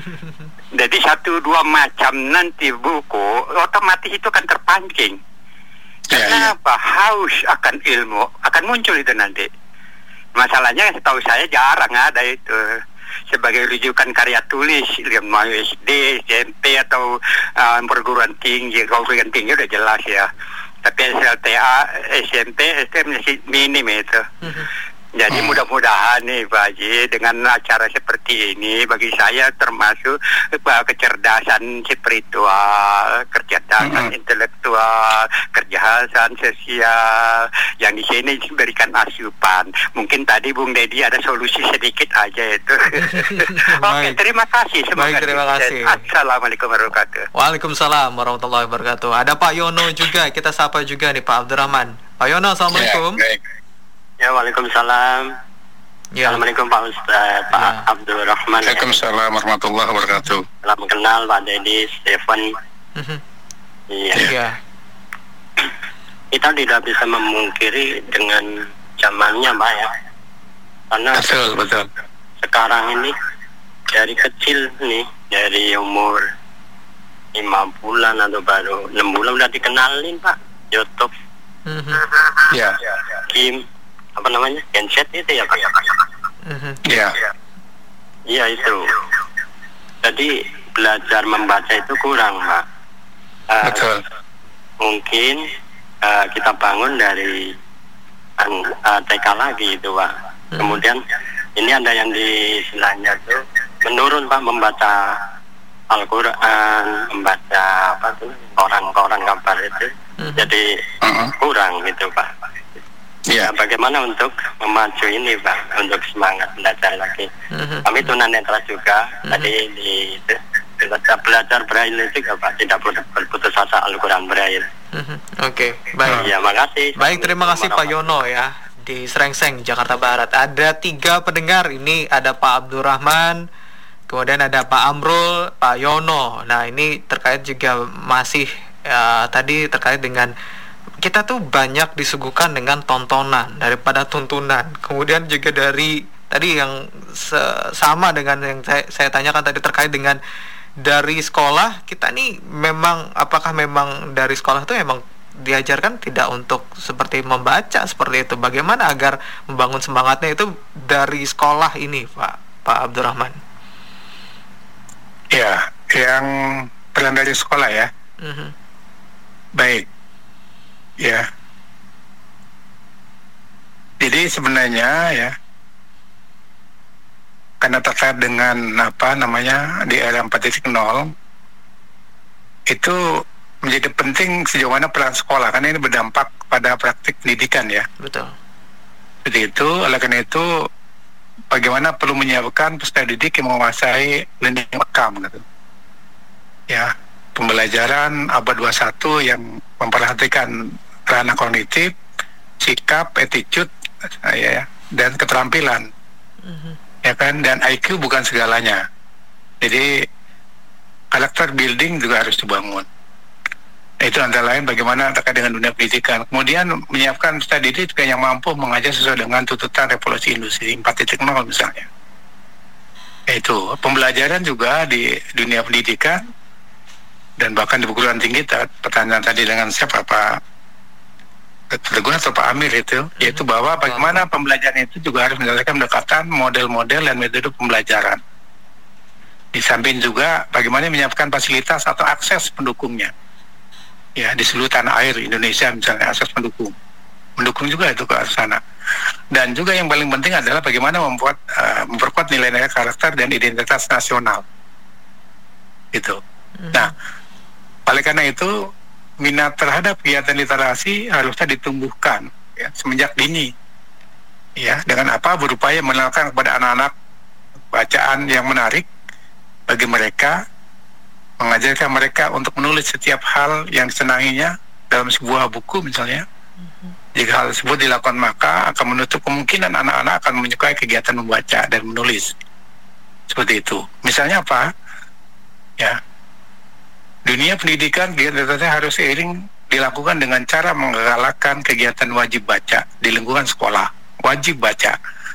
Jadi satu dua macam nanti buku otomatis itu kan terpancing. Kenapa? Ya, ya. Haus akan ilmu akan muncul itu nanti. Masalahnya setahu saya jarang ada itu sebagai rujukan karya tulis, mau S D, S M P atau uh, perguruan tinggi. Kalau perguruan tinggi udah jelas ya. Tapi S L T A, S M P, S M P masih minim itu. Jadi hmm. mudah-mudahan nih Pak Haji, dengan acara seperti ini bagi saya termasuk uh, kecerdasan spiritual, kecerdasan hmm. intelektual, kecerdasan sosial yang di sini diberikan asupan. Mungkin tadi Bung Dedi ada solusi sedikit aja itu. Oke, terima kasih. Baik, terima kasih. Assalamualaikum warahmatullahi wabarakatuh. Waalaikumsalam warahmatullahi wabarakatuh. Ada Pak Yono juga, kita sapa juga nih Pak Abdurrahman. Pak Yono, assalamualaikum. Ya, Ya, Waalaikumsalam. Ya. Assalamualaikum Pak Ustaz, Pak ya. Abdurrahman. Waalaikumsalam warahmatullahi wabarakatuh. Salam kenal Pak Dedi, Stefan. Iya. Ya. Kita tidak bisa memungkiri dengan zamannya, Pak ya. Karena betul, betul. Sekarang ini dari kecil nih, dari umur lima bulan atau baru enam bulan udah dikenalin Pak, YouTube. Ya. Game apa namanya, handset itu ya Pak? Iya. Iya itu. Jadi belajar membaca itu kurang Pak. Uh, Betul. Mungkin uh, kita bangun dari uh, T K lagi itu Pak. Hmm. Kemudian ini ada yang di istilahnya tuh menurun Pak, membaca Al-Quran, membaca apa tuh koran-koran kabar itu. Hmm. Jadi uh-huh. kurang gitu Pak. Ya, bagaimana untuk memacu ini Pak, untuk semangat belajar lagi. Mm-hmm. Kami tunanetra juga, mm-hmm. tadi di belajar, belajar Braille juga Pak, tidak berputus asa Al-Quran Braille. Mm-hmm. Oke, okay, baik. Ya, makasih. Baik, terima kasih Pak Yono ya, di Srengseng, Jakarta Barat. Ada tiga pendengar, ini ada Pak Abdurrahman, kemudian ada Pak Amrul, Pak Yono. Nah, ini terkait juga masih ya, tadi terkait dengan kita tuh banyak disuguhkan dengan tontonan daripada tuntunan. Kemudian juga dari tadi yang se- sama dengan yang saya, saya tanyakan tadi terkait dengan dari sekolah, kita nih memang apakah memang dari sekolah itu memang diajarkan tidak untuk seperti membaca seperti itu. Bagaimana agar membangun semangatnya itu dari sekolah ini, Pak Pak Abdurrahman? Ya, yang peran dari sekolah ya. Mm-hmm. Baik. Ya, jadi sebenarnya ya, karena terkait dengan apa namanya di era empat titik nol itu menjadi penting sejauh mana peran sekolah, karena ini berdampak pada praktik pendidikan ya. Betul. Jadi itu, oleh karena itu bagaimana perlu menyiapkan peserta didik yang menguasai learning outcome gitu. Ya, pembelajaran abad dua puluh satu yang memperhatikan ranah kognitif, sikap, attitude, ya, dan keterampilan, mm-hmm. ya kan, dan I Q bukan segalanya. Jadi karakter building juga harus dibangun. Itu antara lain bagaimana terkait dengan dunia pendidikan. Kemudian menyiapkan peserta didik yang mampu mengajar sesuai dengan tuntutan revolusi industri empat titik nol misalnya. Itu pembelajaran juga di dunia pendidikan dan bahkan di perguruan tinggi. Pertanyaan tadi dengan siapa Pak Teguh atau Pak Amir itu, mm-hmm. yaitu bahwa bagaimana pembelajaran itu juga harus menyelesaikan pendekatan model-model dan metode pembelajaran. Di samping juga bagaimana menyiapkan fasilitas atau akses pendukungnya. Ya, di seluruh tanah air Indonesia misalnya akses pendukung. Mendukung juga itu ke arah sana. Dan juga yang paling penting adalah bagaimana membuat uh, memperkuat nilai-nilai karakter dan identitas nasional. Gitu. Mm-hmm. Nah, oleh karena itu minat terhadap kegiatan literasi harusnya ditumbuhkan ya, semenjak dini ya, dengan apa berupaya mengenalkan kepada anak-anak bacaan yang menarik bagi mereka, mengajarkan mereka untuk menulis setiap hal yang disenanginya dalam sebuah buku misalnya. Mm-hmm. Jika hal tersebut dilakukan maka akan menutup kemungkinan anak-anak akan menyukai kegiatan membaca dan menulis seperti itu. Misalnya apa ya, dunia pendidikan kegiatan literasi harus seiring dilakukan dengan cara menggalakkan kegiatan wajib baca di lingkungan sekolah. Wajib baca,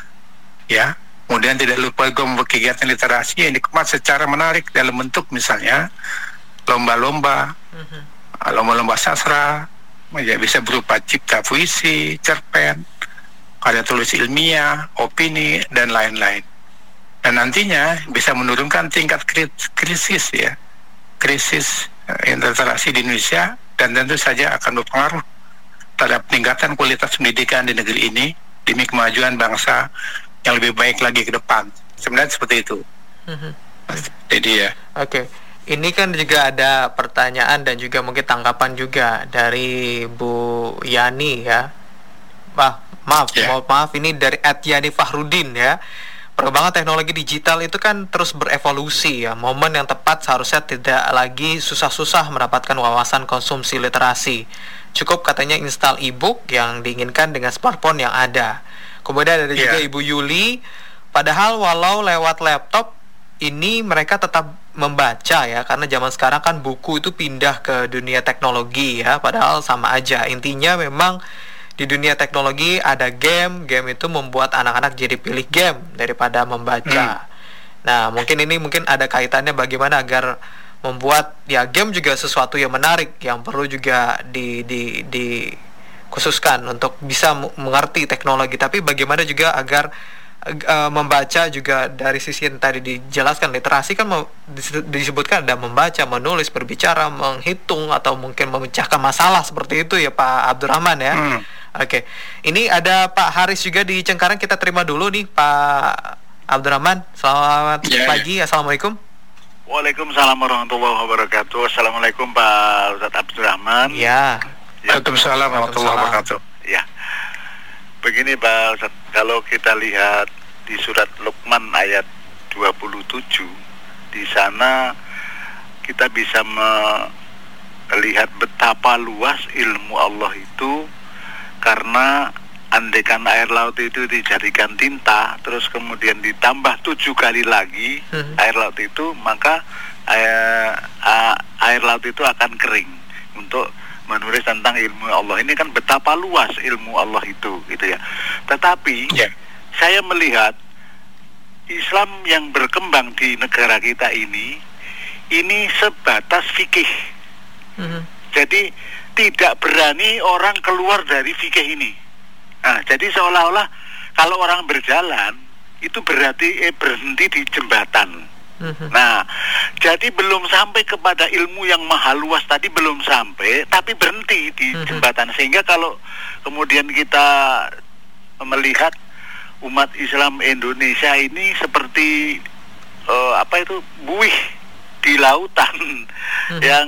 ya. Kemudian tidak lupa juga membuat kegiatan literasi yang dikemas secara menarik dalam bentuk misalnya lomba-lomba, mm-hmm. lomba-lomba sastra, ya bisa berupa cipta puisi, cerpen, karya tulis ilmiah, opini dan lain-lain. Dan nantinya bisa menurunkan tingkat krisis ya. krisis literasi di Indonesia, dan tentu saja akan berpengaruh terhadap peningkatan kualitas pendidikan di negeri ini demi kemajuan bangsa yang lebih baik lagi ke depan. Sebenarnya seperti itu. Mm-hmm. Jadi ya. Oke, okay. Ini kan juga ada pertanyaan dan juga mungkin tanggapan juga dari Bu Yani ya. Ah, maaf, yeah. maaf, maaf ini dari at Yani Fahrudin ya. Perkembangan teknologi digital itu kan terus berevolusi ya. Momen yang tepat seharusnya tidak lagi susah-susah mendapatkan wawasan konsumsi literasi. Cukup katanya install e-book yang diinginkan dengan smartphone yang ada. Kemudian ada juga yeah. Ibu Yuli. Padahal walau lewat laptop ini mereka tetap membaca ya, karena zaman sekarang kan buku itu pindah ke dunia teknologi ya. Padahal sama aja. Intinya memang di dunia teknologi ada game, game itu membuat anak-anak jadi pilih game daripada membaca. Hmm. Nah, mungkin ini mungkin ada kaitannya bagaimana agar membuat ya game juga sesuatu yang menarik, yang perlu juga di di di khususkan untuk bisa mengerti teknologi. Tapi bagaimana juga agar uh, membaca juga dari sisi yang tadi dijelaskan literasi kan me- disebutkan ada membaca, menulis, berbicara, menghitung atau mungkin memecahkan masalah seperti itu ya Pak Abdurrahman ya. Hmm. Oke, ini ada Pak Haris juga di Cengkareng, kita terima dulu nih Pak Abdurrahman. Selamat yeah, pagi, yeah. Assalamualaikum. Waalaikumsalam warahmatullahi wabarakatuh. Assalamualaikum Pak Ustadz Abdurrahman. Ya. Waalaikumsalam warahmatullahi wabarakatuh. Ya. begini Pak Ustaz, kalau kita lihat di surat Luqman ayat dua puluh tujuh, di sana kita bisa melihat betapa luas ilmu Allah itu, karena andaikan air laut itu dijadikan tinta, terus kemudian ditambah tujuh kali lagi hmm. air laut itu, maka air, air laut itu akan kering untuk menulis tentang ilmu Allah. Ini kan betapa luas ilmu Allah itu, gitu ya. Tetapi yeah. saya melihat Islam yang berkembang di negara kita ini, ini sebatas fikih. Hmm. Jadi tidak berani orang keluar dari fikih ini. Nah, jadi seolah-olah kalau orang berjalan itu berarti eh, berhenti di jembatan. Mm-hmm. Nah, jadi belum sampai kepada ilmu yang maha luas tadi, belum sampai, tapi berhenti di mm-hmm. jembatan. Sehingga kalau kemudian kita melihat umat Islam Indonesia ini seperti uh, apa itu buih di lautan mm-hmm. yang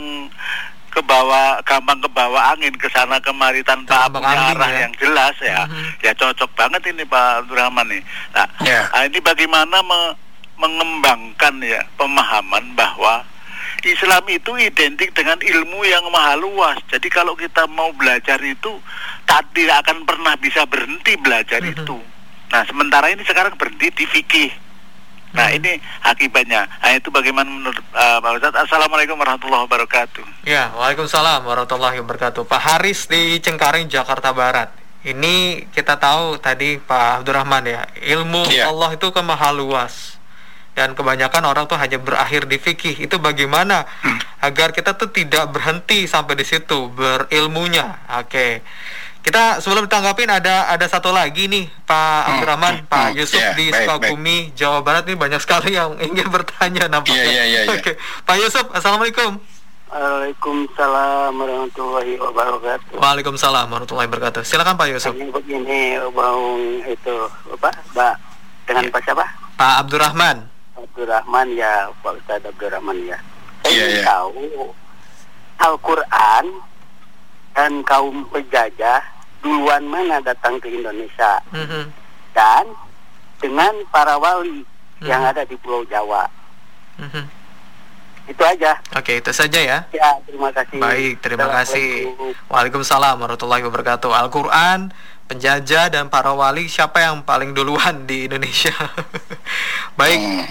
kebawa gampang kebawa angin ke sana kemari tanpa punya arah ya. Yang jelas ya. Mm-hmm. Ya cocok banget ini Pak Abdurrahman nih. Nah, yeah. nah ini bagaimana me- mengembangkan ya pemahaman bahwa Islam itu identik dengan ilmu yang maha luas. Jadi kalau kita mau belajar itu tak tidak akan pernah bisa berhenti belajar mm-hmm. itu. Nah, sementara ini sekarang berhenti di fikih. Nah ini akibatnya. Nah itu bagaimana menurut uh, Pak Ustadz? Assalamualaikum warahmatullahi wabarakatuh. Ya, waalaikumsalam warahmatullahi wabarakatuh. Pak Haris di Cengkareng, Jakarta Barat. Ini kita tahu tadi Pak Abdurrahman ya, ilmu ya. Allah itu kan maha luas. Dan kebanyakan orang tuh hanya berakhir di fikih. Itu bagaimana hmm. agar kita tuh tidak berhenti sampai di situ berilmunya. Oke. Okay. Kita sebelum ditanggapin ada ada satu lagi nih Pak Abdurrahman, hmm, Pak hmm, Yusuf yeah, di baik, Sukabumi, baik. Jawa Barat nih banyak sekali yang ingin bertanya nampaknya. Yeah, yeah, yeah, Oke, okay. Pak Yusuf, assalamualaikum. Waalaikumsalam warahmatullahi wabarakatuh. Waalaikumsalam warahmatullahi wabarakatuh. Silakan Pak Yusuf. Ini begini, bang itu Pak, Mbak dengan yeah. Pak siapa? Pak Abdurrahman. Abdurrahman ya, Pak Ustadz Abdurrahman ya. Saya yeah, ingin yeah. tahu Al-Quran dan kaum penjajah duluan mana datang ke Indonesia, mm-hmm. dan dengan para wali mm-hmm. yang ada di Pulau Jawa. Mm-hmm. Itu aja. Oke, itu saja ya. Ya, terima kasih. Baik, terima kasih. Waalaikumsalam warahmatullahi wabarakatuh. Al-Quran, penjajah dan para wali, siapa yang paling duluan di Indonesia? Baik. Mm.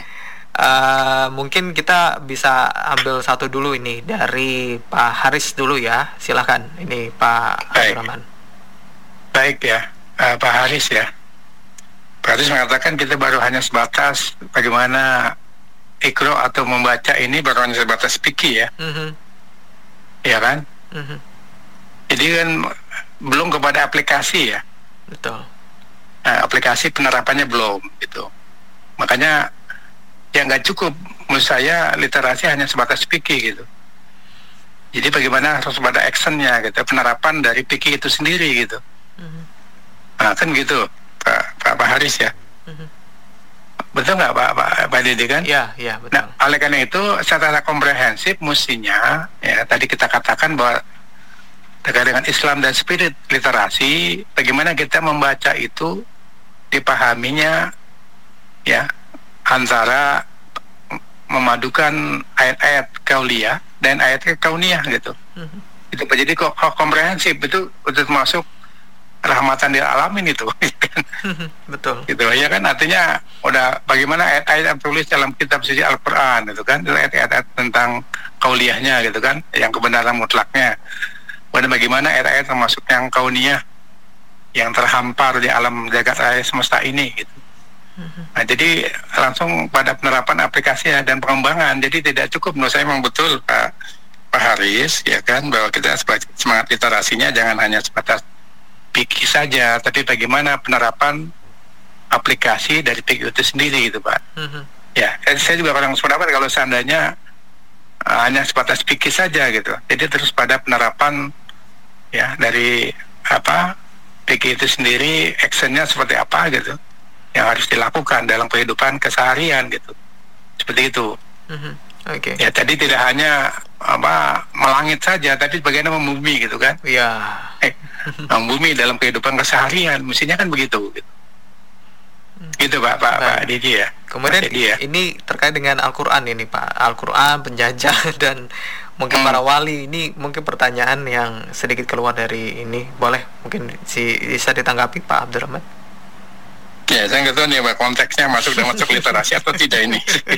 Uh, mungkin kita bisa ambil satu dulu ini dari Pak Haris dulu ya. Silakan. Ini Pak Abdurrahman. Baik ya, uh, Pak Haris ya. Pak Haris mengatakan kita baru hanya sebatas bagaimana ikro atau membaca ini baru hanya sebatas fikih ya, mm-hmm. ya kan? Mm-hmm. Jadi kan belum kepada aplikasi ya. Betul. Nah, aplikasi penerapannya belum gitu. Makanya ya nggak cukup menurut saya literasi hanya sebatas fikih gitu. Jadi bagaimana harus pada actionnya gitu, penerapan dari fikih itu sendiri gitu. Mm-hmm. Nah kan gitu Pak Pak, Pak Haris ya. Mm-hmm. Betul nggak Pak Pak Pak Didi kan? Iya iya betul. Nah oleh karena itu secara komprehensif mestinya ya tadi kita katakan bahwa terkait dengan Islam dan spirit literasi, bagaimana kita membaca itu dipahaminya ya antara memadukan ayat-ayat kauliyah dan ayat kauniyah gitu. Mm-hmm. Itu jadi kok komprehensif itu untuk masuk rahmatan lil alamin itu. Betul. Gitu ya kan, artinya udah bagaimana ayat-ayat yang tertulis dalam kitab suci Al-Qur'an itu kan, ayat-ayat tentang kauliyahnya gitu kan, yang kebenaran mutlaknya. Dan bagaimana ayat-ayat termasuk yang kauniyah yang terhampar di alam jagat raya semesta ini gitu. Nah jadi langsung pada penerapan aplikasinya dan pengembangan. Jadi tidak cukup menurut saya memang betul Pak Pak Haris ya kan, bahwa kita semangat literasinya jangan hanya sebatas fikih saja, tapi bagaimana penerapan aplikasi dari fikih itu sendiri gitu Pak. Mm-hmm. Ya, saya juga orang sependapat kalau seandainya uh, hanya sebatas fikih saja gitu. Jadi terus pada penerapan ya dari apa fikih itu sendiri, actionnya seperti apa gitu, yang harus dilakukan dalam kehidupan keseharian gitu. Seperti itu. Mm-hmm. Oke. Okay. Ya tadi tidak hanya apa melangit saja, tapi bagaimana membumi gitu kan? Iya. Eh, membumi dalam kehidupan keseharian, mestinya kan begitu. Gitu, gitu Pak, Pak, Pak Didi ya. Kemudian ya. Ini terkait dengan Al-Quran ini Pak, Al-Quran, penjajah dan mungkin hmm. para wali. Ini mungkin pertanyaan yang sedikit keluar dari ini, boleh mungkin si bisa ditanggapi Pak Abdurrahman? Ya, saya nggak tahu nih Pak, konteksnya masuk dan masuk literasi atau tidak ini.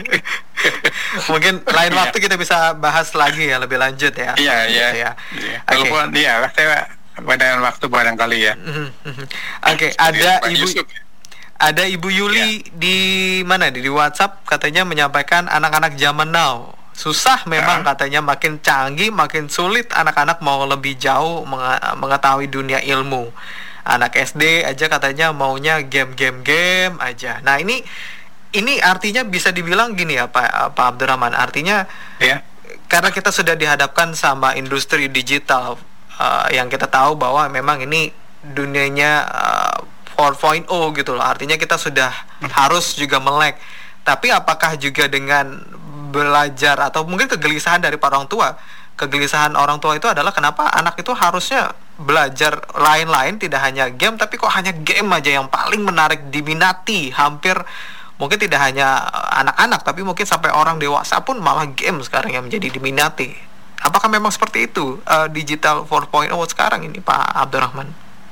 Mungkin lain waktu kita bisa bahas lagi ya, lebih lanjut ya. Iya, iya. Ya. Ya. Telepon dia, saya pada waktu barangkali ya. Oke, okay, ada Pak Ibu Yusuf. Ada Ibu Yuli ya. Di mana di WhatsApp katanya menyampaikan anak-anak zaman now susah memang ya. Katanya makin canggih, makin sulit anak-anak mau lebih jauh mengetahui dunia ilmu. Anak S D aja katanya maunya game-game-game aja. Nah ini ini artinya bisa dibilang gini ya Pak Pak Abdurrahman. Artinya ya. Karena kita sudah dihadapkan sama industri digital uh, yang kita tahu bahwa memang ini dunianya uh, empat titik nol gitu loh. Artinya kita sudah hmm. harus juga melek. Tapi apakah juga dengan belajar atau mungkin kegelisahan dari para orang tua, kegelisahan orang tua itu adalah kenapa anak itu harusnya belajar lain-lain, tidak hanya game, tapi kok hanya game aja yang paling menarik, diminati, hampir mungkin tidak hanya anak-anak, tapi mungkin sampai orang dewasa pun malah game sekarang yang menjadi diminati. Apakah memang seperti itu uh, digital empat titik nol sekarang ini Pak Abdurrahman?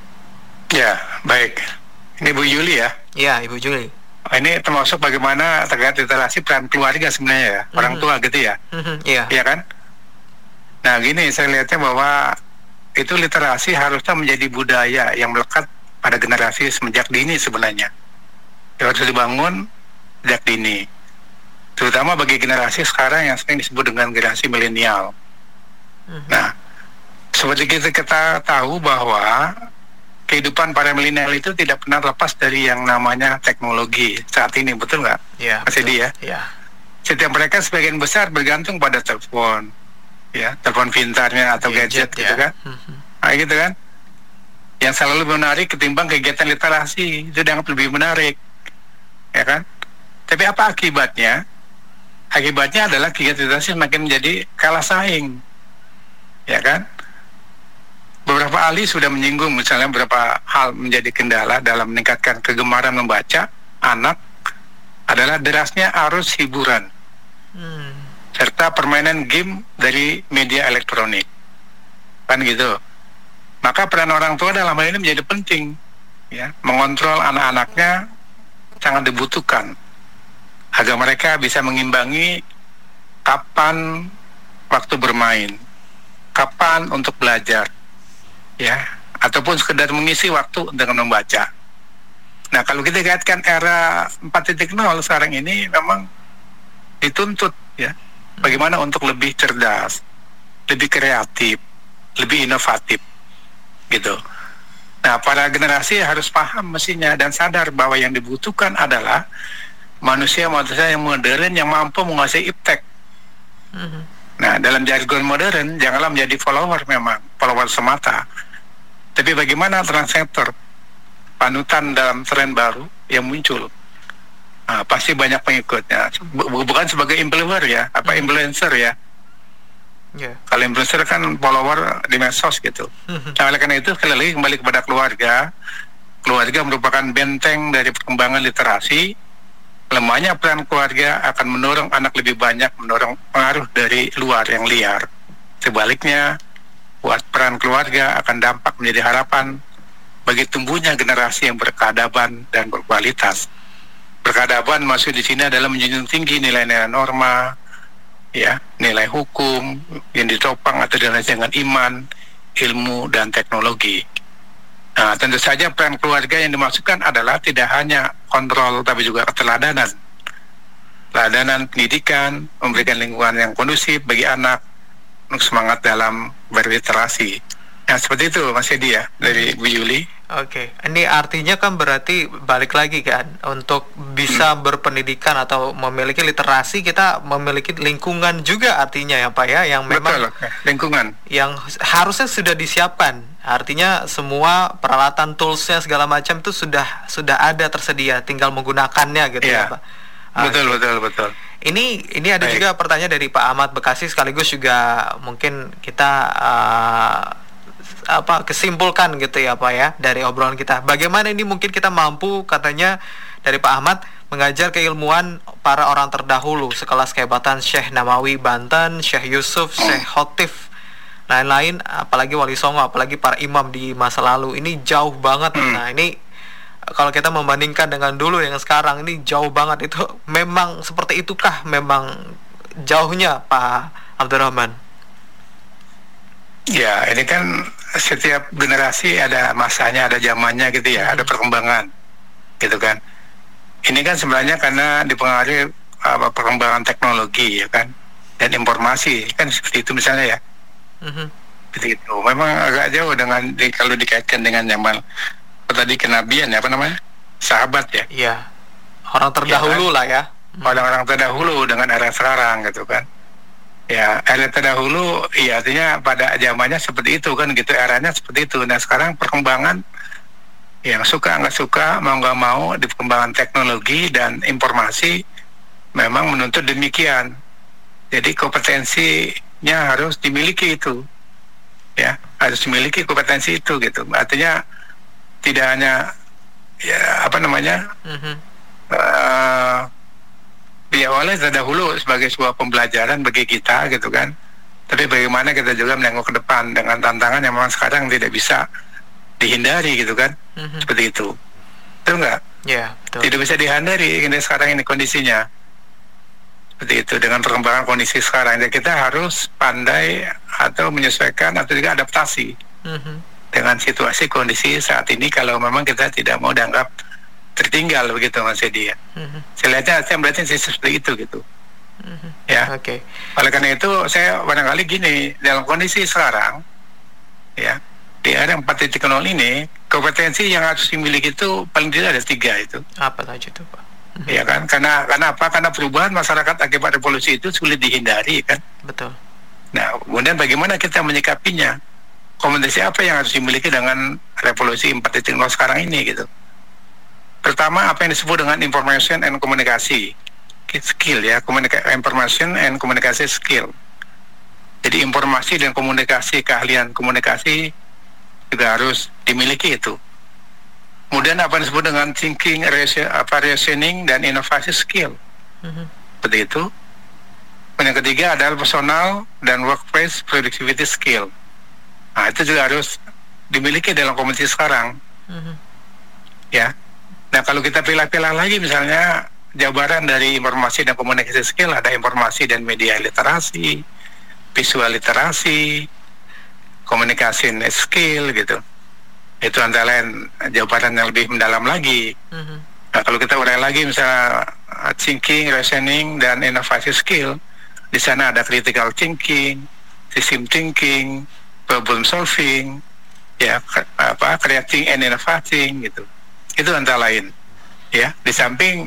Ya, baik. Ini Bu Yuli ya? Ya, Ibu Yuli. Ini termasuk bagaimana terkait literasi peran keluarga sebenarnya ya, mm-hmm. orang tua gitu ya? Mm-hmm. Iya. Iya kan? Nah gini, saya lihatnya bahwa itu literasi harusnya menjadi budaya yang melekat pada generasi semenjak dini sebenarnya. Harus dibangun sejak dini. Terutama bagi generasi sekarang yang sering disebut dengan generasi milenial. Mm-hmm. Nah, seperti kita, kita tahu bahwa kehidupan para milenial itu tidak pernah lepas dari yang namanya teknologi saat ini, betul nggak? Iya. Mas Edi ya? Iya. Setiap mereka sebagian besar bergantung pada telepon, ya, telepon pintarnya atau gadget, gadget gitu ya. Kan? Mm-hmm. Nah, gitu kan? Yang selalu menarik ketimbang kegiatan literasi, itu dianggap lebih menarik, ya kan? Tapi apa akibatnya? Akibatnya adalah kegiatan literasi semakin menjadi kalah saing, ya kan? Beberapa ahli sudah menyinggung misalnya beberapa hal menjadi kendala dalam meningkatkan kegemaran membaca anak adalah derasnya arus hiburan hmm. serta permainan game dari media elektronik, kan gitu. Maka peran orang tua dalam hal ini menjadi penting, ya, mengontrol anak-anaknya sangat dibutuhkan agar mereka bisa mengimbangi kapan waktu bermain, kapan untuk belajar, ya, ataupun sekedar mengisi waktu dengan membaca. Nah, kalau kita kaitkan era empat titik nol sekarang ini memang dituntut, ya, bagaimana untuk lebih cerdas, lebih kreatif, lebih inovatif, gitu. Nah, para generasi harus paham mestinya dan sadar bahwa yang dibutuhkan adalah manusia-manusia yang modern yang mampu menguasai iptek. Mm-hmm. Nah, dalam jargon modern, janganlah menjadi follower memang, follower semata. Tapi bagaimana translator, panutan dalam tren baru yang muncul. Nah, pasti banyak pengikutnya. Bukan sebagai influencer ya, apa hmm. influencer ya. Yeah. Kalau influencer kan follower di medsos gitu. Hmm. Nah, oleh karena itu, sekali lagi kembali kepada keluarga. Keluarga merupakan benteng dari perkembangan literasi. Lemahnya peran keluarga akan mendorong anak lebih banyak, mendorong pengaruh dari luar yang liar. Sebaliknya, buat peran keluarga akan dampak menjadi harapan bagi tumbuhnya generasi yang berkeadaban dan berkualitas. Berkeadaban maksud di sini adalah menjunjung tinggi nilai-nilai norma, ya, nilai hukum yang ditopang atau dilandasi dengan iman, ilmu dan teknologi. Nah, tentu saja peran keluarga yang dimaksudkan adalah tidak hanya kontrol tapi juga keteladanan. Teladanan pendidikan, memberikan lingkungan yang kondusif bagi anak untuk semangat dalam berliterasi. Nah, seperti itu Mas Edi ya, dari Bu Yuli. Oke, ini artinya kan berarti balik lagi kan, untuk bisa hmm. berpendidikan atau memiliki literasi, kita memiliki lingkungan juga artinya ya Pak ya, yang memang betul, lingkungan yang harusnya sudah disiapkan. Artinya semua peralatan, toolsnya segala macam itu sudah sudah ada tersedia, tinggal menggunakannya gitu ya, ya Pak. Betul, betul, betul. Ini ini ada Baik. juga pertanyaan dari Pak Ahmad Bekasi, sekaligus juga mungkin kita uh, apa kesimpulkan gitu ya Pak ya dari obrolan kita. Bagaimana ini mungkin kita mampu, katanya dari Pak Ahmad, mengajar keilmuan para orang terdahulu sekelas kehebatan Syekh Namawi Banten, Syekh Yusuf, Syekh Khotif, lain-lain, apalagi Wali Songo, apalagi para imam di masa lalu. Ini jauh banget. Nah ini kalau kita membandingkan dengan dulu yang sekarang, ini jauh banget. Itu memang seperti itukah memang jauhnya Pak Abdurrahman? Ya, ini kan setiap generasi ada masanya, ada zamannya gitu ya, hmm. ada perkembangan gitu kan. Ini kan sebenarnya karena dipengaruhi apa, perkembangan teknologi ya kan, dan informasi kan seperti itu misalnya ya. Hmm. Seperti itu. Memang agak jauh dengan di, kalau dikaitkan dengan zaman tadi kenabian ya, apa namanya, sahabat ya. Iya. Orang terdahulu ya, kan? lah ya. Orang-orang terdahulu dengan era sekarang gitu kan. Ya, era terdahulu, iya artinya pada zamannya seperti itu kan gitu, eranya seperti itu. Nah sekarang perkembangan yang suka nggak suka, mau nggak mau, di perkembangan teknologi dan informasi memang menuntut demikian. Jadi kompetensinya harus dimiliki itu, ya harus dimiliki kompetensi itu gitu. Artinya tidak hanya ya apa namanya mm-hmm. uh, ya oleh terdahulu sebagai sebuah pembelajaran bagi kita gitu kan, tapi bagaimana kita juga menengok ke depan dengan tantangan yang memang sekarang tidak bisa dihindari gitu kan, mm-hmm. seperti itu, betul nggak? Ya, betul. Tidak bisa dihindari ini sekarang ini kondisinya seperti itu dengan perkembangan kondisi sekarang. Jadi kita harus pandai atau menyesuaikan atau juga adaptasi. Mm-hmm. dengan situasi kondisi saat ini kalau memang kita tidak mau dianggap tertinggal begitu Mas Edi ya. Mm-hmm. Saya lihatnya, saya melihatnya seperti itu gitu. Mm-hmm. Ya. Oke. Okay. Oleh karena itu saya barangkali gini, dalam kondisi sekarang ya di era empat titik nol ini kompetensi yang harus dimiliki itu paling tidak ada tiga itu. Apa saja itu Pak? Mm-hmm. Ya kan, karena karena apa? Karena perubahan masyarakat akibat revolusi itu sulit dihindari kan. Betul. Nah kemudian bagaimana kita menyikapinya? Kompetensi apa yang harus dimiliki dengan revolusi empat titik nol sekarang ini gitu. Pertama, apa yang disebut dengan information and komunikasi skill ya, Komunika- information and komunikasi skill. Jadi informasi dan komunikasi, keahlian komunikasi juga harus dimiliki itu. Kemudian apa yang disebut dengan thinking, reasoning dan inovasi skill. Mm-hmm. Seperti itu. Dan yang ketiga adalah personal dan workplace productivity skill. Nah itu juga harus dimiliki dalam kompetensi sekarang. Mm-hmm. Ya. Nah kalau kita pilih-pilih lagi misalnya jabaran dari informasi dan komunikasi skill, ada informasi dan media literasi, visual literasi, komunikasi skill gitu. Itu antara lain jawaban yang lebih mendalam lagi. Mm-hmm. Nah kalau kita urai lagi misalnya thinking, reasoning dan inovasi skill, di sana ada critical thinking, system thinking, problem solving, ya apa creating and innovating gitu. Itu antara lain. Ya, di samping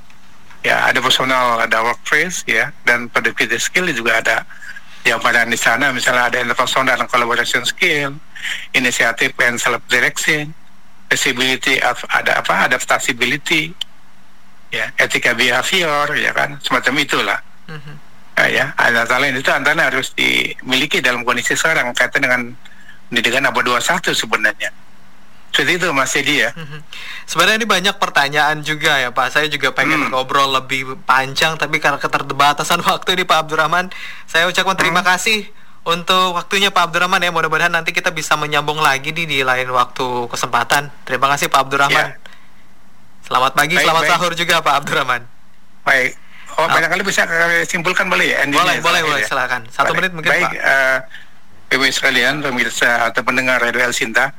ya ada personal, ada workplace ya, dan productivity skill juga ada jawaban di sana. Misalnya ada interpersonal dan collaboration skill, initiative and self direction, flexibility, ada apa adaptability, ya etika behavior, ya kan semacam itulah. Mm-hmm. Nah, ya antara lain itu antara harus dimiliki dalam kondisi sekarang kaitan dengan pendidikan abad dua puluh satu sebenarnya. Seperti itu Mas Edi ya. Mm-hmm. Sebenarnya ini banyak pertanyaan juga ya Pak. Saya juga pengen mm. ngobrol lebih panjang, tapi karena keterbatasan waktu ini Pak Abdurrahman, saya ucapkan terima mm. kasih untuk waktunya Pak Abdurrahman ya. Mudah-mudahan nanti kita bisa menyambung lagi di, di lain waktu kesempatan. Terima kasih Pak Abdurrahman. Yeah. Selamat pagi, baik, selamat baik. Sahur juga Pak Abdurrahman. Baik. Oh, oh. Barangkali bisa simpulkan boleh ya? Boleh, boleh, boleh, ya. Silakan. Satu boleh. menit mungkin baik, Pak. Baik, uh, Ibu sekalian, pemirsa atau pendengar Radio El Sinta.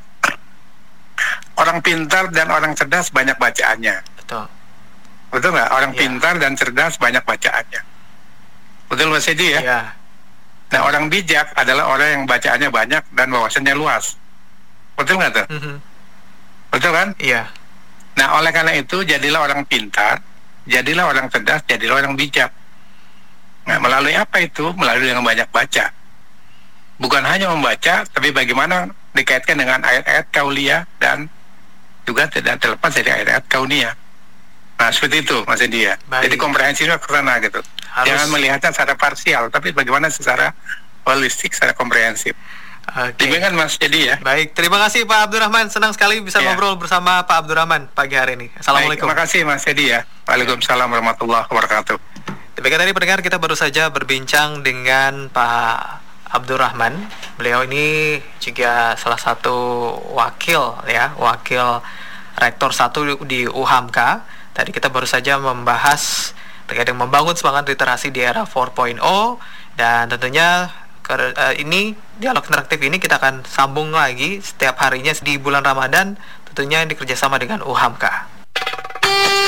Orang pintar dan orang cerdas banyak bacaannya. Betul. Betul nggak? Orang ya. pintar dan cerdas banyak bacaannya. Betul Mas Edi ya? Ya. Nah, orang bijak adalah orang yang bacaannya banyak dan wawasannya luas. Betul nggak tuh? Mm-hmm. Betul kan? Iya. Nah, oleh karena itu jadilah orang pintar, jadilah orang cerdas, jadilah orang bijak. Nah, melalui apa itu? Melalui dengan banyak baca. Bukan hanya membaca, tapi bagaimana dikaitkan dengan ayat-ayat kauliyah dan juga tidak terlepas dari ayat-ayat kauniyah. Nah, seperti itu Mas Edi ya. Jadi komprehensifnya ke sana gitu. Harus... Jangan melihatnya secara parsial, tapi bagaimana secara holistik, secara komprehensif. Oke. Demikian Mas Jadi ya. Baik, terima kasih Pak Abdurrahman. Senang sekali bisa ya. ngobrol bersama Pak Abdurrahman pagi hari ini. Assalamualaikum. Baik, terima kasih Mas Jadi ya. Waalaikumsalam warahmatullahi wabarakatuh. Demikian tadi pendengar, kita baru saja berbincang dengan Pak Abdurrahman. Beliau ini juga salah satu wakil ya, wakil rektor satu di U H A M K. Tadi kita baru saja membahas terkait dengan membangun semangat literasi di era empat titik nol, dan tentunya ke, uh, ini dialog interaktif ini kita akan sambung lagi setiap harinya di bulan Ramadan, tentunya dikerjasama dengan U H A M K.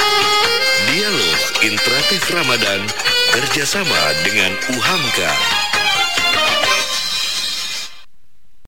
Dialog interaktif Ramadan kerjasama dengan U H A M K.